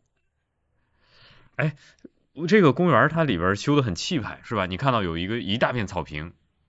S1: 哎。这个公园它里边修的很气派，是吧？你看到有一个一大片草坪，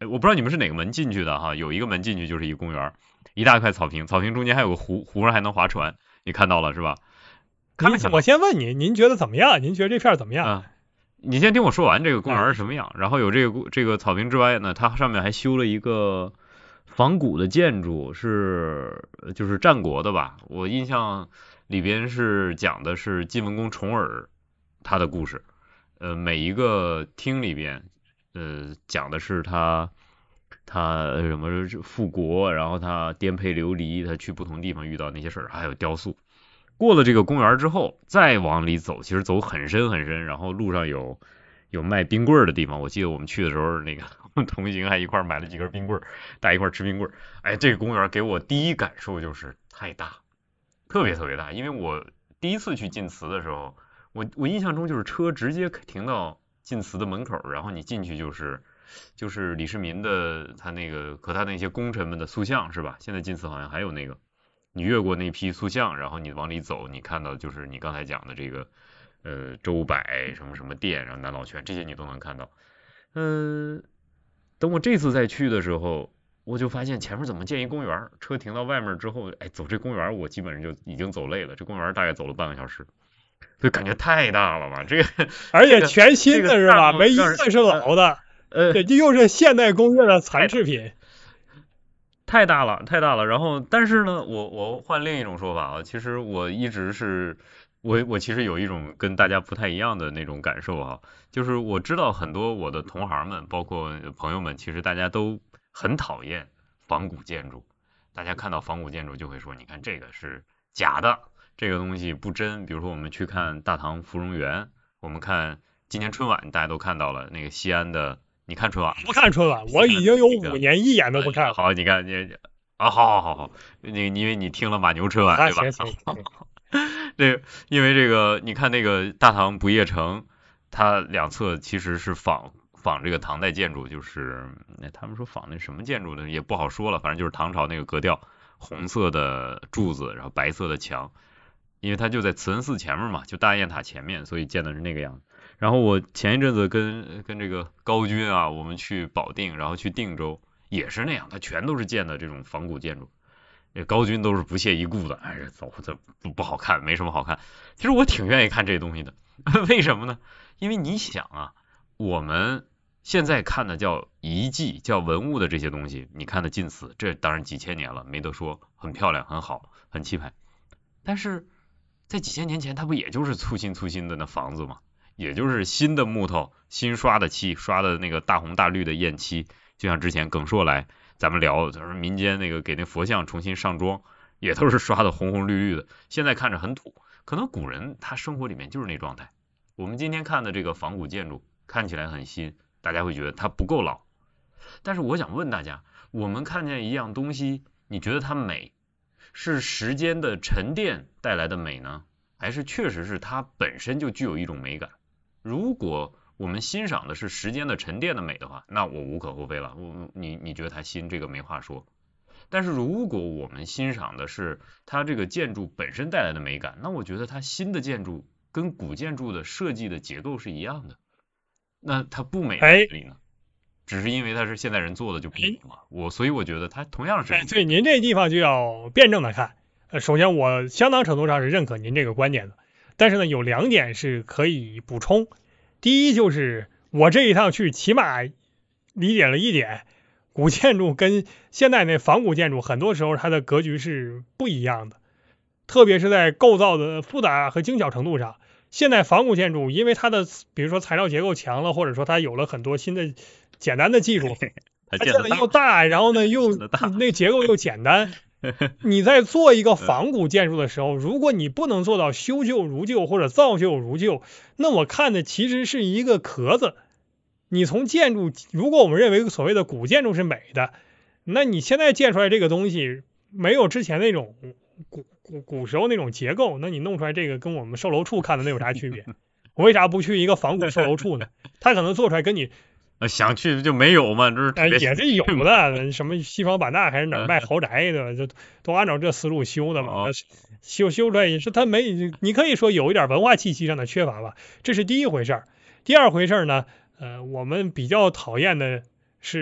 S1: 我不知道你们是哪个门进去的哈，有一个门进去就是一个公园，一大块草坪，草坪中间还有个湖，湖上还能划船，你看到了是吧？看看
S2: 我先问你，您觉得怎么样？您觉得这片怎么样？
S1: 啊，你先听我说完这个公园是什么样。然后有这个这个草坪之外呢，它上面还修了一个仿古的建筑，是就是战国的吧？我印象里边是讲的是晋文公重耳他的故事。呃，每一个厅里边，呃，讲的是他他什么复国，然后他颠沛流离，他去不同地方遇到那些事儿，还有雕塑。过了这个公园之后，再往里走，其实走很深很深，然后路上有有卖冰棍的地方。我记得我们去的时候，那个同行还一块买了几根冰棍，大家一块吃冰棍。哎，这个公园给我第一感受就是太大，特别特别大。因为我第一次去晋祠的时候，我我印象中就是车直接停到晋祠的门口，然后你进去就是就是李世民的他那个和他那些功臣们的塑像是吧？现在晋祠好像还有那个。你越过那批塑像，然后你往里走，你看到就是你刚才讲的这个呃周柏什么什么殿，然后南老泉这些你都能看到。嗯、呃，等我这次再去的时候，我就发现前面怎么建一公园，车停到外面之后，哎，走这公园我基本上就已经走累了，这公园大概走了半个小时，就感觉太大了吧，这个
S2: 而且全新的是吧？没一个是老的，
S1: 呃，
S2: 这又是现代工业的残制品。
S1: 太大了，太大了。然后，但是呢，我我换另一种说法啊，其实我一直是，我我其实有一种跟大家不太一样的那种感受啊，就是我知道很多我的同行们，包括朋友们，其实大家都很讨厌仿古建筑。大家看到仿古建筑就会说，你看这个是假的，这个东西不真。比如说我们去看大唐芙蓉园，我们看今年春晚大家都看到了那个西安的。你看春晚？
S2: 不看春晚，我已经有五年一眼都不看了。
S1: 好，你看你啊，好好好好，那个因为你听了马牛春晚、啊、对吧？
S2: 行行行。
S1: 这因为这个，你看那个大唐不夜城，它两侧其实是仿仿这个唐代建筑，就是那他们说仿那什么建筑呢，也不好说了，反正就是唐朝那个格调，红色的柱子，然后白色的墙，因为它就在慈恩寺前面嘛，就大雁塔前面，所以建的是那个样子。然后我前一阵子跟跟这个高军啊，我们去保定，然后去定州，也是那样，它全都是建的这种仿古建筑。这高军都是不屑一顾的，哎，走，这不不好看，没什么好看。其实我挺愿意看这东西的，为什么呢？因为你想啊，我们现在看的叫遗迹、叫文物的这些东西，你看的晋祠，这当然几千年了，没得说，很漂亮、很好、很气派。但是在几千年前，它不也就是粗心粗心的那房子吗？也就是新的木头，新刷的漆，刷的那个大红大绿的艳漆，就像之前耿硕来咱们聊，就是民间那个给那佛像重新上妆，也都是刷的红红绿绿的，现在看着很土，可能古人他生活里面就是那状态。我们今天看的这个仿古建筑看起来很新，大家会觉得它不够老，但是我想问大家，我们看见一样东西，你觉得它美，是时间的沉淀带来的美呢，还是确实是它本身就具有一种美感？如果我们欣赏的是时间的沉淀的美的话，那我无可厚非了。我你你觉得它新，这个没话说。但是如果我们欣赏的是它这个建筑本身带来的美感，那我觉得它新的建筑跟古建筑的设计的结构是一样的。那它不美在哪里呢？只是因为它是现代人做的就不美嘛。我所以我觉得它同样是。
S2: 哎，对，您这地方就要辩证的看。呃，首先我相当程度上是认可您这个观点的。但是呢，有两点是可以补充。第一，就是我这一趟去，起码理解了一点，古建筑跟现代那仿古建筑，很多时候它的格局是不一样的，特别是在构造的复杂和精巧程度上。现代仿古建筑，因为它的比如说材料结构强了，或者说它有了很多新的简单的技术，它建的又大，然后呢又那结构又简单。你在做一个仿古建筑的时候，如果你不能做到修旧如旧或者造旧如旧，那我看的其实是一个壳子。你从建筑，如果我们认为所谓的古建筑是美的，那你现在建出来这个东西没有之前那种古古古时候那种结构，那你弄出来这个跟我们售楼处看的那有啥区别？我为啥不去一个仿古售楼处呢？他可能做出来跟你
S1: 想去就没有嘛，这
S2: 是也是有的，什么西双版纳还是哪儿卖豪宅的，就都按照这思路修的嘛。
S1: 哦、
S2: 修修出来也是他没，你可以说有一点文化气息上的缺乏吧，这是第一回事儿。第二回事儿呢，呃，我们比较讨厌的是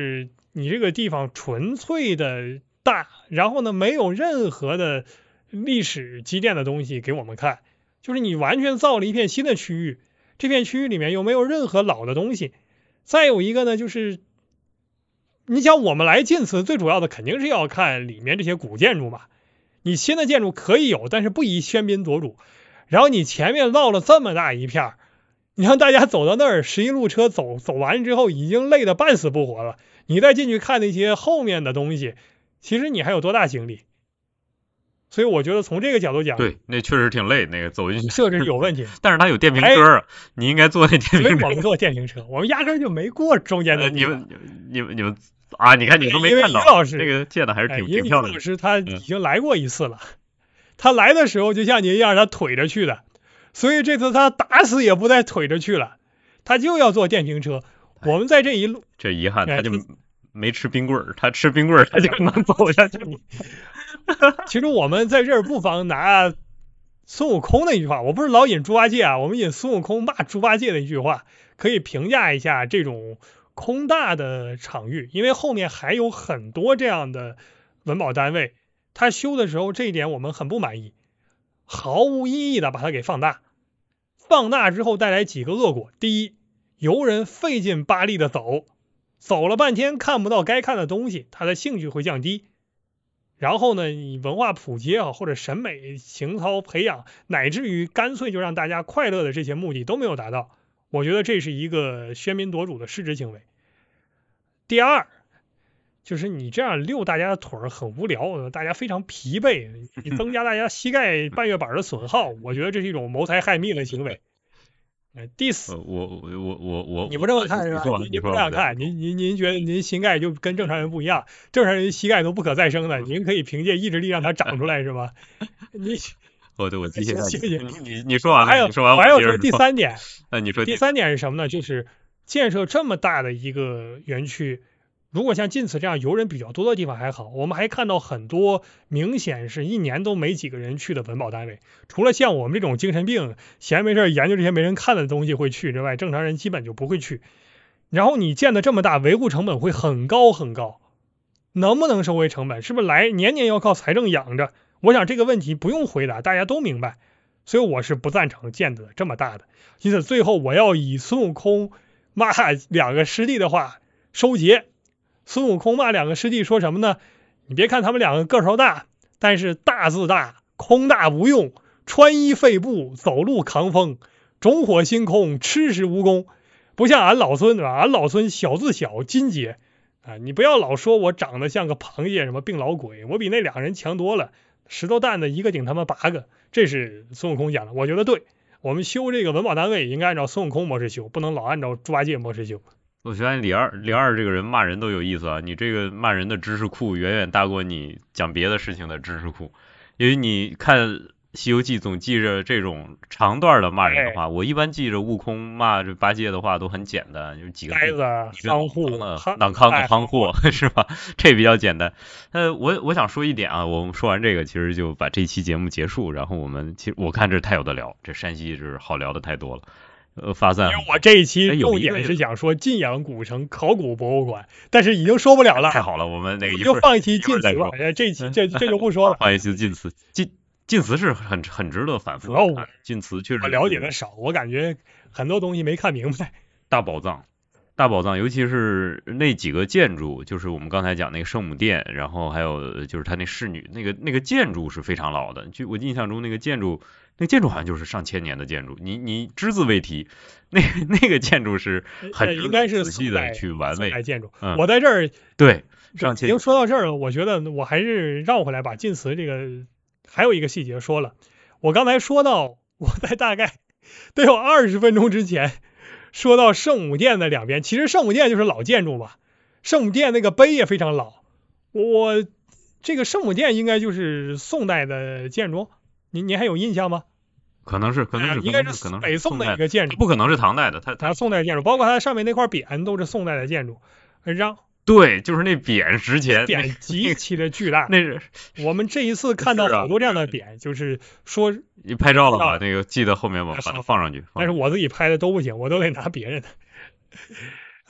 S2: 你这个地方纯粹的大，然后呢没有任何的历史积淀的东西给我们看，就是你完全造了一片新的区域，这片区域里面又没有任何老的东西。再有一个呢，就是你想我们来晋祠最主要的肯定是要看里面这些古建筑嘛，你新的建筑可以有，但是不宜喧宾夺主。然后你前面落了这么大一片，你让大家走到那儿，十一路车走走完之后已经累得半死不活了，你再进去看那些后面的东西，其实你还有多大精力？所以我觉得从这个角度讲，
S1: 对，那确实挺累，那个走进去
S2: 设置有问题。
S1: 但是它有电瓶车，哎、你应该坐那电瓶车。
S2: 所以我们坐电瓶车，我们压根就没过中间的、呃。
S1: 你们你们你们啊，你看你们都没看到，
S2: 老师
S1: 这个建的还是挺、
S2: 哎、
S1: 挺漂亮的。
S2: 老师他已经来过一次了，嗯、他来的时候就像您一样，他腿着去的，所以这次他打死也不再腿着去了，他就要坐电瓶车。我们在这一路，
S1: 这遗憾他就没吃冰棍儿，他吃冰棍儿他就能走下去。
S2: 其实我们在这儿不妨拿孙悟空的一句话，我不是老引猪八戒啊，我们引孙悟空骂猪八戒的一句话，可以评价一下这种空大的场域，因为后面还有很多这样的文保单位，他修的时候这一点我们很不满意，毫无意义的把它给放大，放大之后带来几个恶果。第一，游人费劲巴力的走，走了半天看不到该看的东西，他的兴趣会降低。然后呢，你文化普及也好，或者审美情操培养，乃至于干脆就让大家快乐的这些目的都没有达到，我觉得这是一个喧宾夺主的失职行为。第二，就是你这样溜大家的腿儿很无聊，大家非常疲惫，你增加大家膝盖半月板的损耗，我觉得这是一种谋财害命的行为。第四，
S1: 我我我我我，
S2: 你不这么看是吧？你你不这样看，您您您觉得您膝盖就跟正常人不一样，正常人膝盖都不可再生的，您可以凭借意志力让它长出来是吗？你，
S1: 哦对，我记下
S2: 谢谢
S1: 你你你说完了，
S2: 还有
S1: 你说完
S2: 我还要说第三点，
S1: 那你说
S2: 第三点是什么呢？就是建设这么大的一个园区。如果像晋祠这样游人比较多的地方还好，我们还看到很多明显是一年都没几个人去的文保单位，除了像我们这种精神病闲没事研究这些没人看的东西会去之外，正常人基本就不会去。然后你建的这么大，维护成本会很高很高，能不能收回成本？是不是来年年要靠财政养着？我想这个问题不用回答，大家都明白，所以我是不赞成建的这么大的。因此最后我要以孙悟空骂两个师弟的话收结。孙悟空骂两个师弟说什么呢？你别看他们两个个头大，但是大自大，空大无用，穿衣废布，走路扛风，种火星空，吃食无功，不像俺老孙对吧？俺老孙小自小，金节啊！你不要老说我长得像个螃蟹，什么病老鬼，我比那两人强多了，石头蛋子一个顶他们八个，这是孙悟空讲的，我觉得对。我们修这个文保单位应该按照孙悟空模式修，不能老按照猪八戒模式修。
S1: 我发现李二李二这个人骂人都有意思啊，你这个骂人的知识库远远大过你讲别的事情的知识库，因为你看西游记总记着这种长段的骂人的话，
S2: 哎、
S1: 我一般记着悟空骂这八戒的话都很简单，就是几个
S2: 呆子、仓库、
S1: 囊康的夯货、哎、是吧？这比较简单。呃，我我想说一点啊，我们说完这个，其实就把这期节目结束，然后我们其实我看这太有的聊，这山西是好聊的太多了。呃，发散。
S2: 因为我这一期重点是想说晋阳古城考古博物馆，但是已经说不了了。
S1: 太好了，我们那个一
S2: 就放一期晋祠吧，这一期这这就不说了。
S1: 放一期晋祠，晋晋祠是很很值得反复看。晋祠确实
S2: 我了解的少，我感觉很多东西没看明白。
S1: 大宝藏。大宝藏，尤其是那几个建筑，就是我们刚才讲那个圣母殿，然后还有就是他那侍女，那个那个建筑是非常老的。就我印象中那个建筑，那个建筑好像就是上千年的建筑。你你只字未提，那那个建筑是很
S2: 应该是
S1: 仔细的去玩味
S2: 建筑。
S1: 嗯、
S2: 我在这儿
S1: 对上千
S2: 已经说到这儿了，我觉得我还是绕回来把晋祠这个还有一个细节说了。我刚才说到我在大概得有二十分钟之前。说到圣母殿的两边，其实圣母殿就是老建筑嘛，圣母殿那个碑也非常老。我这个圣母殿应该就是宋代的建筑，您您还有印象吗？
S1: 可能是，可能是，
S2: 应该是北宋的一个建筑，
S1: 不可能是唐代的，它
S2: 它宋代建筑，包括它上面那块匾都是宋代的建筑，让。
S1: 对，就是那匾值钱，
S2: 匾极其的巨大。
S1: 那是
S2: 我们这一次看到好多这样的匾，就是说
S1: 你拍照了吧？那个记得后面我把它放上去。
S2: 但是我自己拍的都不行，我都得拿别人的。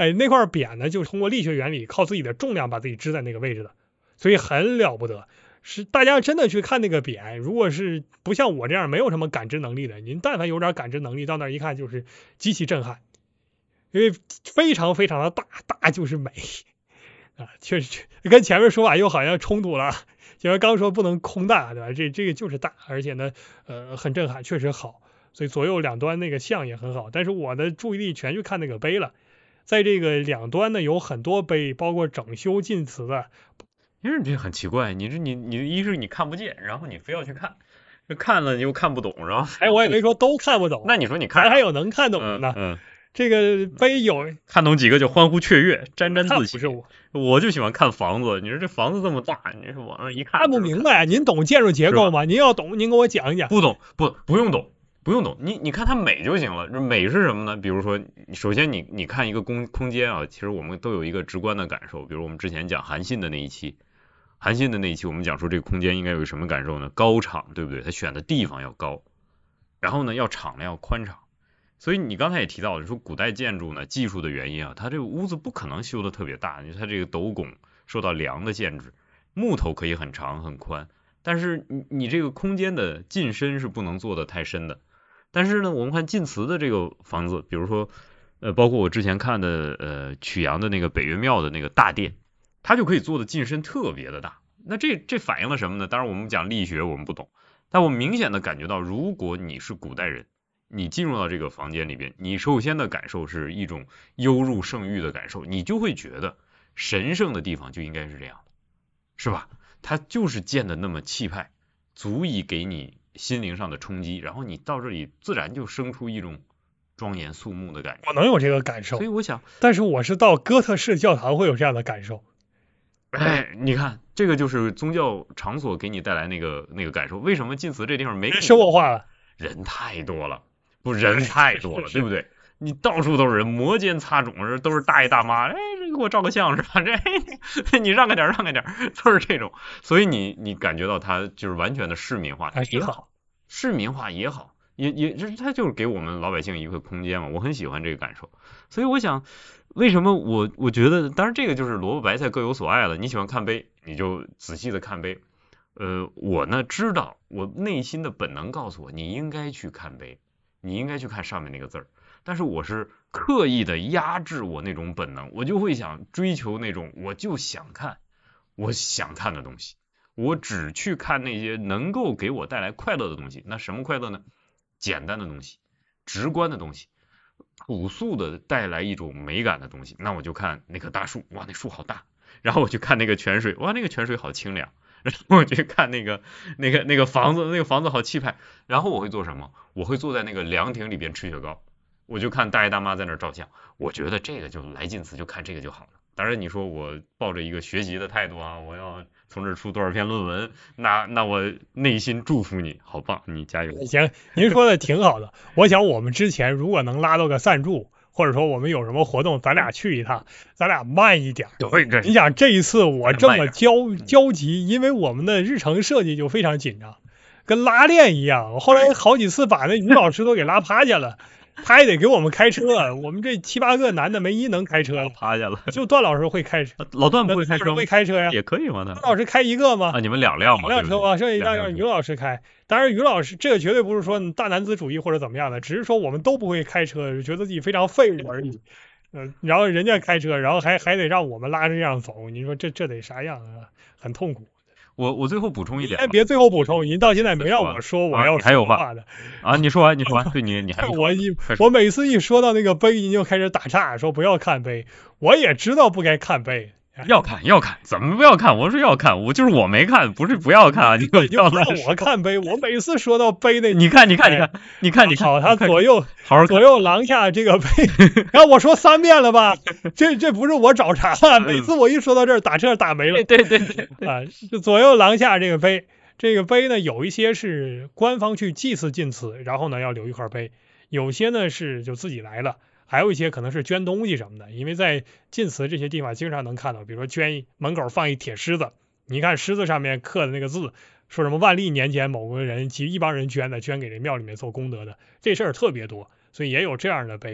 S2: 哎，那块匾呢，就是通过力学原理，靠自己的重量把自己支在那个位置的，所以很了不得。是大家真的去看那个匾，如果是不像我这样没有什么感知能力的，您但凡有点感知能力，到那儿一看就是极其震撼，因为非常非常的大，大就是美啊，确实跟前面说法又好像冲突了。前面刚说不能空大，对吧？这这个就是大，而且呢，呃，很震撼，确实好。所以左右两端那个像也很好，但是我的注意力全去看那个碑了。在这个两端呢，有很多碑，包括整修晋祠的。
S1: 因为这很奇怪，你这你你一是你看不见，然后你非要去看，看了你又看不懂，然后
S2: 哎，我也没说都看不懂。
S1: 那你说你看，
S2: 咱还有能看懂的呢。
S1: 嗯，嗯
S2: 这个碑有
S1: 看懂几个就欢呼雀跃，沾沾自喜。
S2: 不是我，
S1: 我就喜欢看房子。你说这房子这么大，你说往上一看
S2: 看不明白。您懂建筑结构吗？您要懂，您给我讲一讲。
S1: 不懂，不不用懂。不用懂，你你看它美就行了。美是什么呢？比如说，首先你你看一个空空间啊，其实我们都有一个直观的感受。比如我们之前讲韩信的那一期，韩信的那一期我们讲说这个空间应该有什么感受呢？高敞，对不对？他选的地方要高，然后呢要敞亮要宽敞。所以你刚才也提到了，说古代建筑呢技术的原因啊，它这个屋子不可能修的特别大，它这个斗拱受到梁的限制，木头可以很长很宽，但是你你这个空间的进深是不能做的太深的。但是呢，我们看晋祠的这个房子，比如说，呃，包括我之前看的，呃，曲阳的那个北岳庙的那个大殿，它就可以做的进深特别的大。那这这反映了什么呢？当然我们讲力学我们不懂，但我明显的感觉到，如果你是古代人，你进入到这个房间里边，你首先的感受是一种幽入圣域的感受，你就会觉得神圣的地方就应该是这样的，是吧？它就是建的那么气派，足以给你心灵上的冲击，然后你到这里自然就生出一种庄严肃穆的感觉。
S2: 我能有这个感受，
S1: 所以我想，
S2: 但是我是到哥特式教堂会有这样的感受。
S1: 哎，你看，这个就是宗教场所给你带来那个那个感受。为什么晋祠这地方没
S2: 生活化了？
S1: 人太多了，不人太多了，对不对？你到处都是人，摩肩擦踵，都是大爷大妈，哎，给我照个相是吧？这你让开点，让开点，都是这种。所以你你感觉到它就是完全的市民化，
S2: 也好，
S1: 市民化也好，也也就是它就是给我们老百姓一个空间嘛，我很喜欢这个感受。所以我想，为什么我我觉得，当然这个就是萝卜白菜各有所爱了。你喜欢看碑，你就仔细的看碑。呃，我呢知道，我内心的本能告诉我，你应该去看碑，你应该去看上面那个字儿。但是我是刻意的压制我那种本能，我就会想追求那种我就想看我想看的东西，我只去看那些能够给我带来快乐的东西。那什么快乐呢？简单的东西，直观的东西，朴素的带来一种美感的东西。那我就看那棵大树，哇，那树好大。然后我去看那个泉水，哇，那个泉水好清凉。然后我去看那个那个那个房子，那个房子好气派。然后我会做什么？我会坐在那个凉亭里边吃雪糕，我就看大爷大妈在那照相。我觉得这个就来晋祠就看这个就好了。当然你说我抱着一个学习的态度啊，我要从这出多少篇论文，那那我内心祝福你，好棒，你加油。
S2: 行，您说的挺好的。我想我们之前如果能拉到个赞助，或者说我们有什么活动，咱俩去一趟，咱俩慢一点。
S1: 对，这
S2: 你想这一次我这么焦焦急，因为我们的日程设计就非常紧张，跟拉练一样。我后来好几次把那于老师都给拉趴下了。他还得给我们开车，我们这七八个男的没一能开车，
S1: 趴下了。
S2: 就段老师会开车，
S1: 老段不会开车，
S2: 会开车呀？
S1: 也可以吗？他
S2: 段老师开一个吗？
S1: 啊，你们两辆吗？
S2: 两辆车啊，剩下一辆让于老师开。当然，于老师这个绝对不是说大男子主义或者怎么样的，只是说我们都不会开车，觉得自己非常废物而已。嗯，然后人家开车，然后还还得让我们拉着这样走，你说这这得啥样啊？很痛苦。
S1: 我我最后补充一点，
S2: 哎，别最后补充，您到现在没让我说我要
S1: 还有
S2: 话的
S1: 啊，你说完，你说完，对你你还
S2: 我一我每次一说到那个碑，您就开始打岔，说不要看碑，我也知道不该看碑，
S1: 要看要看，怎么不要看？我说要看，我就是我没看，不是不要看啊！你
S2: 就让我看碑，我每次说到碑那，
S1: 你看你看你看你看你看，
S2: 好，他左右
S1: 好好
S2: 左右廊下这个碑，然后我说三遍了吧，这这不是我找茬了，每次我一说到这儿打岔打没了，
S1: 对对对
S2: 啊，左右廊下这个碑，这个碑呢有一些是官方去祭祀晋祠，然后呢要留一块碑，有些呢是就自己来了。还有一些可能是捐东西什么的，因为在晋祠这些地方经常能看到，比如说捐门口放一铁狮子，你看狮子上面刻的那个字，说什么万历年间某个人及一帮人捐的，捐给这庙里面做功德的，这事儿特别多，所以也有这样的碑。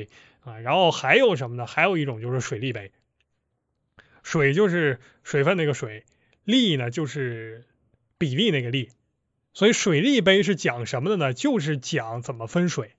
S2: 啊。然后还有什么呢？还有一种就是水利杯，水就是水分那个水，利呢就是比例那个利，所以水利杯是讲什么的呢？就是讲怎么分水。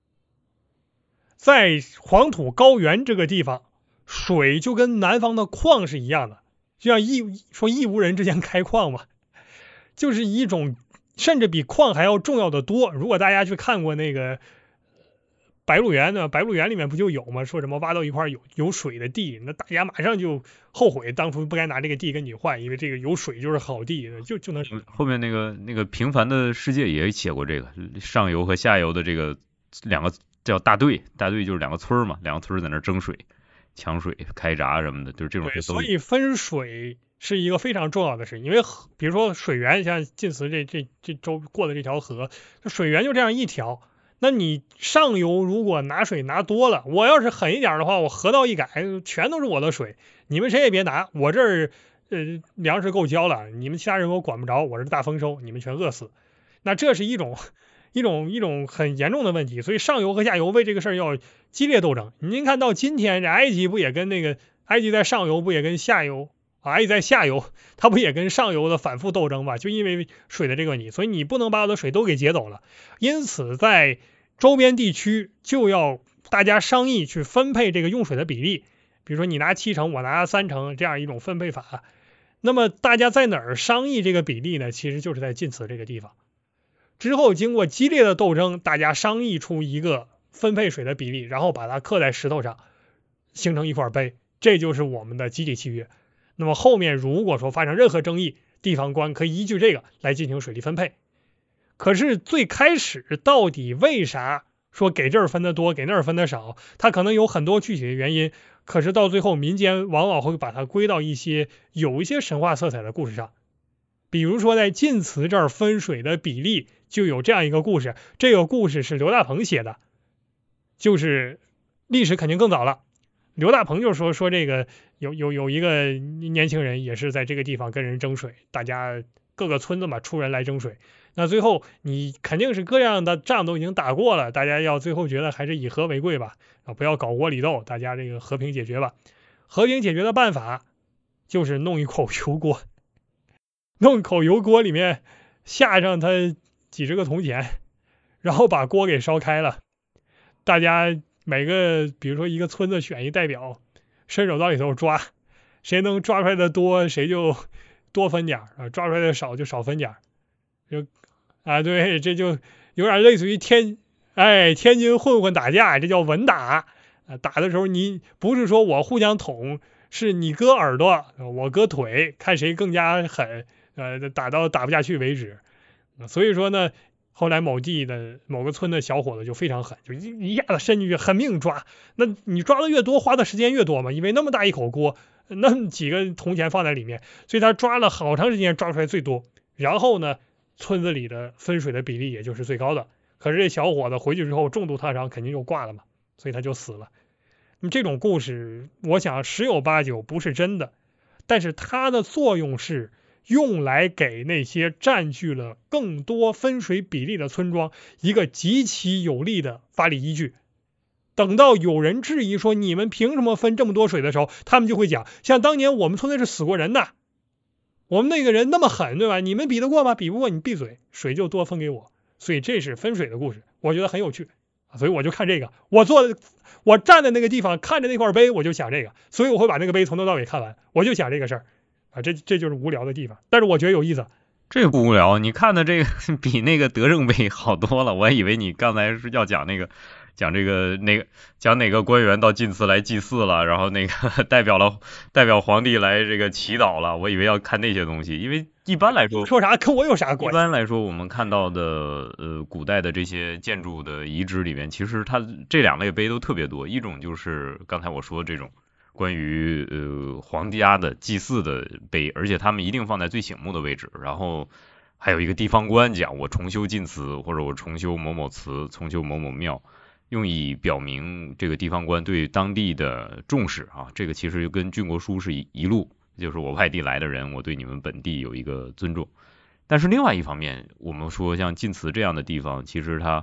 S2: 在黄土高原这个地方，水就跟南方的矿是一样的，就像义说义乌人之前开矿嘛，就是一种甚至比矿还要重要的多。如果大家去看过那个白鹿原呢，白鹿原里面不就有吗？说什么挖到一块有有水的地，那大家马上就后悔当初不该拿这个地跟你换，因为这个有水就是好地，就就能
S1: 后面那个那个平凡的世界也写过这个上游和下游的这个两个叫大队，大队就是两个村嘛，两个村在那争水、抢水、开闸什么的，就是这种。
S2: 对，所以分水是一个非常重要的事，因为比如说水源，像晋祠这这这周过的这条河，水源就这样一条。那你上游如果拿水拿多了，我要是狠一点的话，我河道一改，全都是我的水，你们谁也别拿，我这儿呃粮食够交了，你们其他人我管不着，我是大丰收，你们全饿死。那这是一种一种一种很严重的问题，所以上游和下游为这个事儿要激烈斗争。您看到今天这埃及不也跟那个埃及在上游不也跟下游啊，埃及在下游，它不也跟上游的反复斗争吧？就因为水的这个问题，所以你不能把我的水都给截走了。因此，在周边地区就要大家商议去分配这个用水的比例，比如说你拿七成，我拿三成，这样一种分配法。那么大家在哪儿商议这个比例呢？其实就是在晋祠这个地方。之后经过激烈的斗争，大家商议出一个分配水的比例，然后把它刻在石头上，形成一块碑，这就是我们的集体契约。那么后面如果说发生任何争议，地方官可以依据这个来进行水利分配。可是最开始到底为啥说给这儿分的多，给那儿分的少，它可能有很多具体的原因，可是到最后民间往往会把它归到一些有一些神话色彩的故事上。比如说在晋祠这儿分水的比例就有这样一个故事，这个故事是刘大鹏写的，就是历史肯定更早了。刘大鹏就说说这个有有有一个年轻人也是在这个地方跟人争水，大家各个村子嘛出人来争水，那最后你肯定是各样的仗都已经打过了，大家要最后觉得还是以和为贵吧，啊不要搞窝里斗，大家这个和平解决吧。和平解决的办法就是弄一口油锅，弄一口油锅里面下上他几十个铜钱，然后把锅给烧开了，大家每个比如说一个村子选一代表，伸手到里头抓，谁能抓出来的多谁就多分点啊，抓出来的少就少分点，就啊对，这就有点类似于天哎天津混混打架，这叫稳打啊，打的时候你不是说我互相捅，是你割耳朵我割腿，看谁更加狠，呃打到打不下去为止。所以说呢，后来某地的某个村的小伙子就非常狠，就一下子伸进去狠命抓，那你抓的越多花的时间越多嘛，因为那么大一口锅，那几个铜钱放在里面，所以他抓了好长时间抓出来最多，然后呢村子里的分水的比例也就是最高的。可是这小伙子回去之后重度烫伤肯定就挂了嘛，所以他就死了。那么这种故事我想十有八九不是真的，但是它的作用是用来给那些占据了更多分水比例的村庄一个极其有力的法理依据。等到有人质疑说你们凭什么分这么多水的时候，他们就会讲，像当年我们村子是死过人的，我们那个人那么狠，对吧？你们比得过吗？比不过你闭嘴，水就多分给我。所以这是分水的故事，我觉得很有趣，所以我就看这个，我坐我站在那个地方看着那块碑，我就想这个，所以我会把那个碑从头到尾看完，我就想这个事儿啊，这这就是无聊的地方，但是我觉得有意思。
S1: 这个不无聊，你看的这个比那个德政碑好多了，我还以为你刚才是要讲那个讲这个那个讲哪个官员到晋祠来祭祀了，然后那个代表了代表皇帝来这个祈祷了，我以为要看那些东西，因为一般来说
S2: 说啥跟我有啥关系？
S1: 一般来说我们看到的呃古代的这些建筑的遗址里面，其实它这两类碑都特别多，一种就是刚才我说这种关于呃皇家的祭祀的碑，而且他们一定放在最醒目的位置，然后还有一个地方官讲我重修晋祠，或者我重修某某祠，重修某某庙，用以表明这个地方官对当地的重视啊。这个其实就跟郡国书是一一路，就是我外地来的人，我对你们本地有一个尊重。但是另外一方面，我们说像晋祠这样的地方，其实它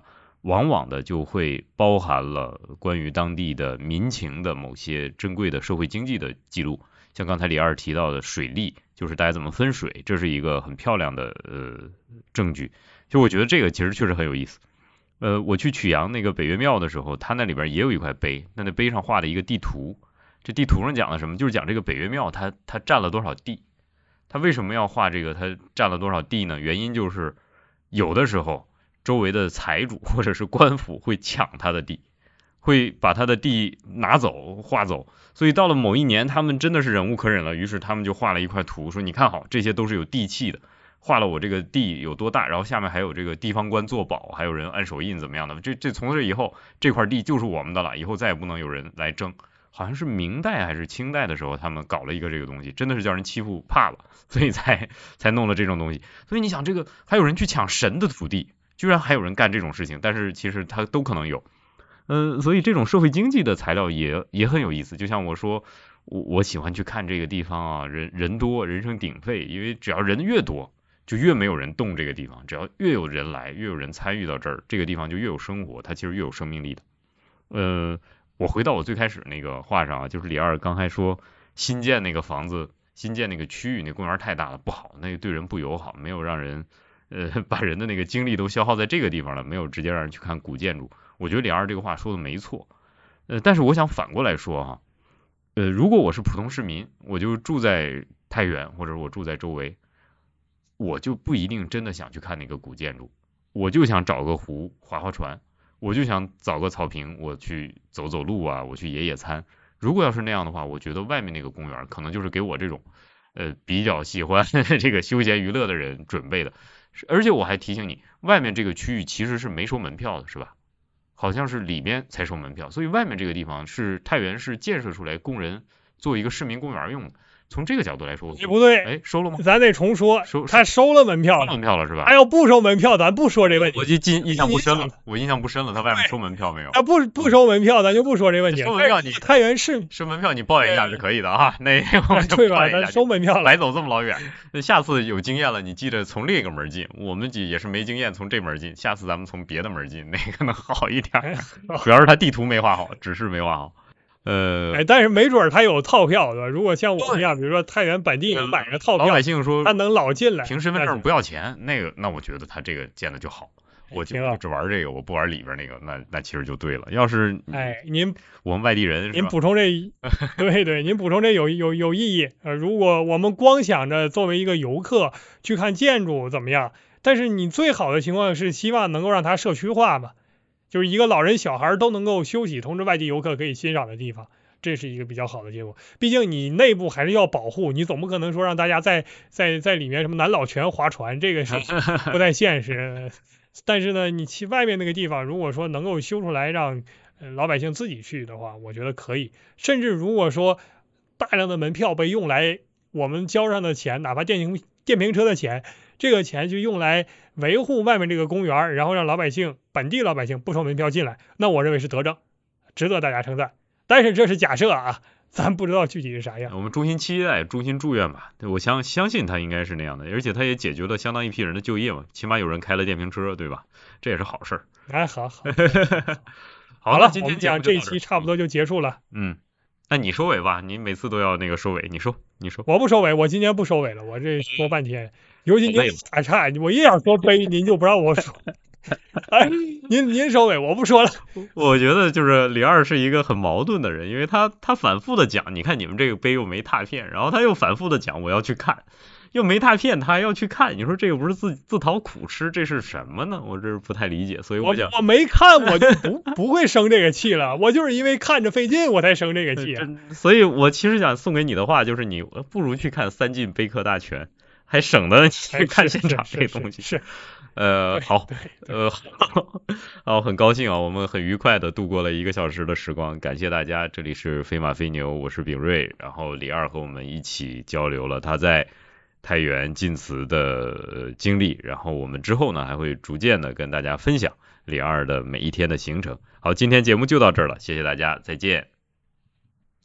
S1: 往往的就会包含了关于当地的民情的某些珍贵的社会经济的记录。像刚才李二提到的水利，就是大家怎么分水，这是一个很漂亮的呃证据。就我觉得这个其实确实很有意思。呃，我去曲阳那个北岳庙的时候，它那里边也有一块碑，那那碑上画了一个地图。这地图上讲的什么？就是讲这个北岳庙它它占了多少地。它为什么要画这个它占了多少地呢？原因就是有的时候周围的财主或者是官府会抢他的地，会把他的地拿走划走，所以到了某一年他们真的是忍无可忍了，于是他们就画了一块图，说你看好，这些都是有地契的，画了我这个地有多大，然后下面还有这个地方官做保，还有人按手印怎么样的，这这从这以后这块地就是我们的了，以后再也不能有人来争。好像是明代还是清代的时候他们搞了一个这个东西，真的是叫人欺负怕了，所以才才弄了这种东西。所以你想，这个还有人去抢神的土地，居然还有人干这种事情，但是其实他都可能有。嗯、呃，所以这种社会经济的材料也也很有意思。就像我说，我我喜欢去看这个地方啊，人人多，人声鼎沸，因为只要人越多，就越没有人动这个地方。只要越有人来，越有人参与到这儿，这个地方就越有生活，它其实越有生命力的。呃，我回到我最开始那个话上啊，就是李二刚才说新建那个房子，新建那个区域，那公园太大了不好，那个对人不友好，没有让人呃把人的那个精力都消耗在这个地方了，没有直接让人去看古建筑。我觉得李二这个话说的没错，呃，但是我想反过来说哈，呃，如果我是普通市民，我就住在太原或者我住在周围，我就不一定真的想去看那个古建筑，我就想找个湖划划船，我就想找个草坪，我去走走路啊，我去野野餐。如果要是那样的话，我觉得外面那个公园可能就是给我这种呃比较喜欢这个休闲娱乐的人准备的。而且我还提醒你，外面这个区域其实是没收门票的，是吧？好像是里边才收门票，所以外面这个地方是太原市建设出来供人做一个市民公园用的。从这个角度来说，
S2: 也不对，
S1: 哎，收了吗？
S2: 咱得重说，
S1: 收
S2: 他收了门票了，
S1: 收门票了是吧？
S2: 他要不收门票，咱不说这问题。
S1: 我就印印象不深了，我印象不深了，他外面收门票没有？
S2: 他不不收门票，咱就不说这问题。
S1: 收门票你
S2: 太原市
S1: 收门票你抱怨一下是可以的啊，那我们就
S2: 对吧？咱收门票了，
S1: 白走这么老远，下次有经验了，你记得从另一个门进。我们也是没经验，从这门进，下次咱们从别的门进，哪个能好一点？主要是他地图没画好，指示没画好。呃，
S2: 哎，但是没准他有套票，对吧？如果像我们一样，比如说太原本地人买个套票，
S1: 老百姓说
S2: 他能老进来，
S1: 凭身份证不要钱，那个那我觉得他这个建的就好。我就只玩这个，我不玩里边那个，那那其实就对了。要是
S2: 哎，您
S1: 我们外地人，
S2: 您补充这，对对，您补充这有有有意义。呃，如果我们光想着作为一个游客去看建筑怎么样，但是你最好的情况是希望能够让它社区化嘛。就是一个老人小孩都能够休息，同时外地游客可以欣赏的地方，这是一个比较好的结果。毕竟你内部还是要保护，你总不可能说让大家在在在里面什么南老泉划船，这个是不太现实。但是呢，你去外面那个地方，如果说能够修出来让呃老百姓自己去的话，我觉得可以。甚至如果说大量的门票被用来我们交上的钱，哪怕电瓶电瓶车的钱，这个钱就用来维护外面这个公园，然后让老百姓本地老百姓不收门票进来，那我认为是德政，值得大家称赞。但是这是假设啊，咱不知道具体是啥样。
S1: 我们衷心期待，衷心祝愿吧。我相相信他应该是那样的，而且他也解决了相当一批人的就业嘛，起码有人开了电瓶车，对吧？这也是好事儿。
S2: 哎，好好
S1: 好
S2: 了，我们讲这一期差不多就结束了。
S1: 嗯，那你收尾吧，你每次都要那个收尾，你说，你说。
S2: 我不收尾，我今天不收尾了，我这说半天，尤其您打岔，我一想说悲，您就不让我说。哎，您您收尾，我不说了。
S1: 我觉得就是李二是一个很矛盾的人，因为他他反复的讲，你看你们这个碑又没拓片，然后他又反复的讲我要去看，又没拓片，他还要去看，你说这个不是自自讨苦吃，这是什么呢？我这是不太理解，所以
S2: 我
S1: 讲
S2: 我没看我就不不会生这个气了，我就是因为看着费劲我才生这个气、啊。
S1: 所以我其实想送给你的话就是你不如去看三晋碑刻大全，还省得你去看现场这东西。
S2: 是。是是
S1: 呃，好，呃，好，很高兴啊，我们很愉快的度过了一个小时的时光，感谢大家。这里是飞马飞牛，我是秉瑞，然后李二和我们一起交流了他在太原晋祠的经历，然后我们之后呢还会逐渐的跟大家分享李二的每一天的行程。好，今天节目就到这儿了，谢谢大家，再见。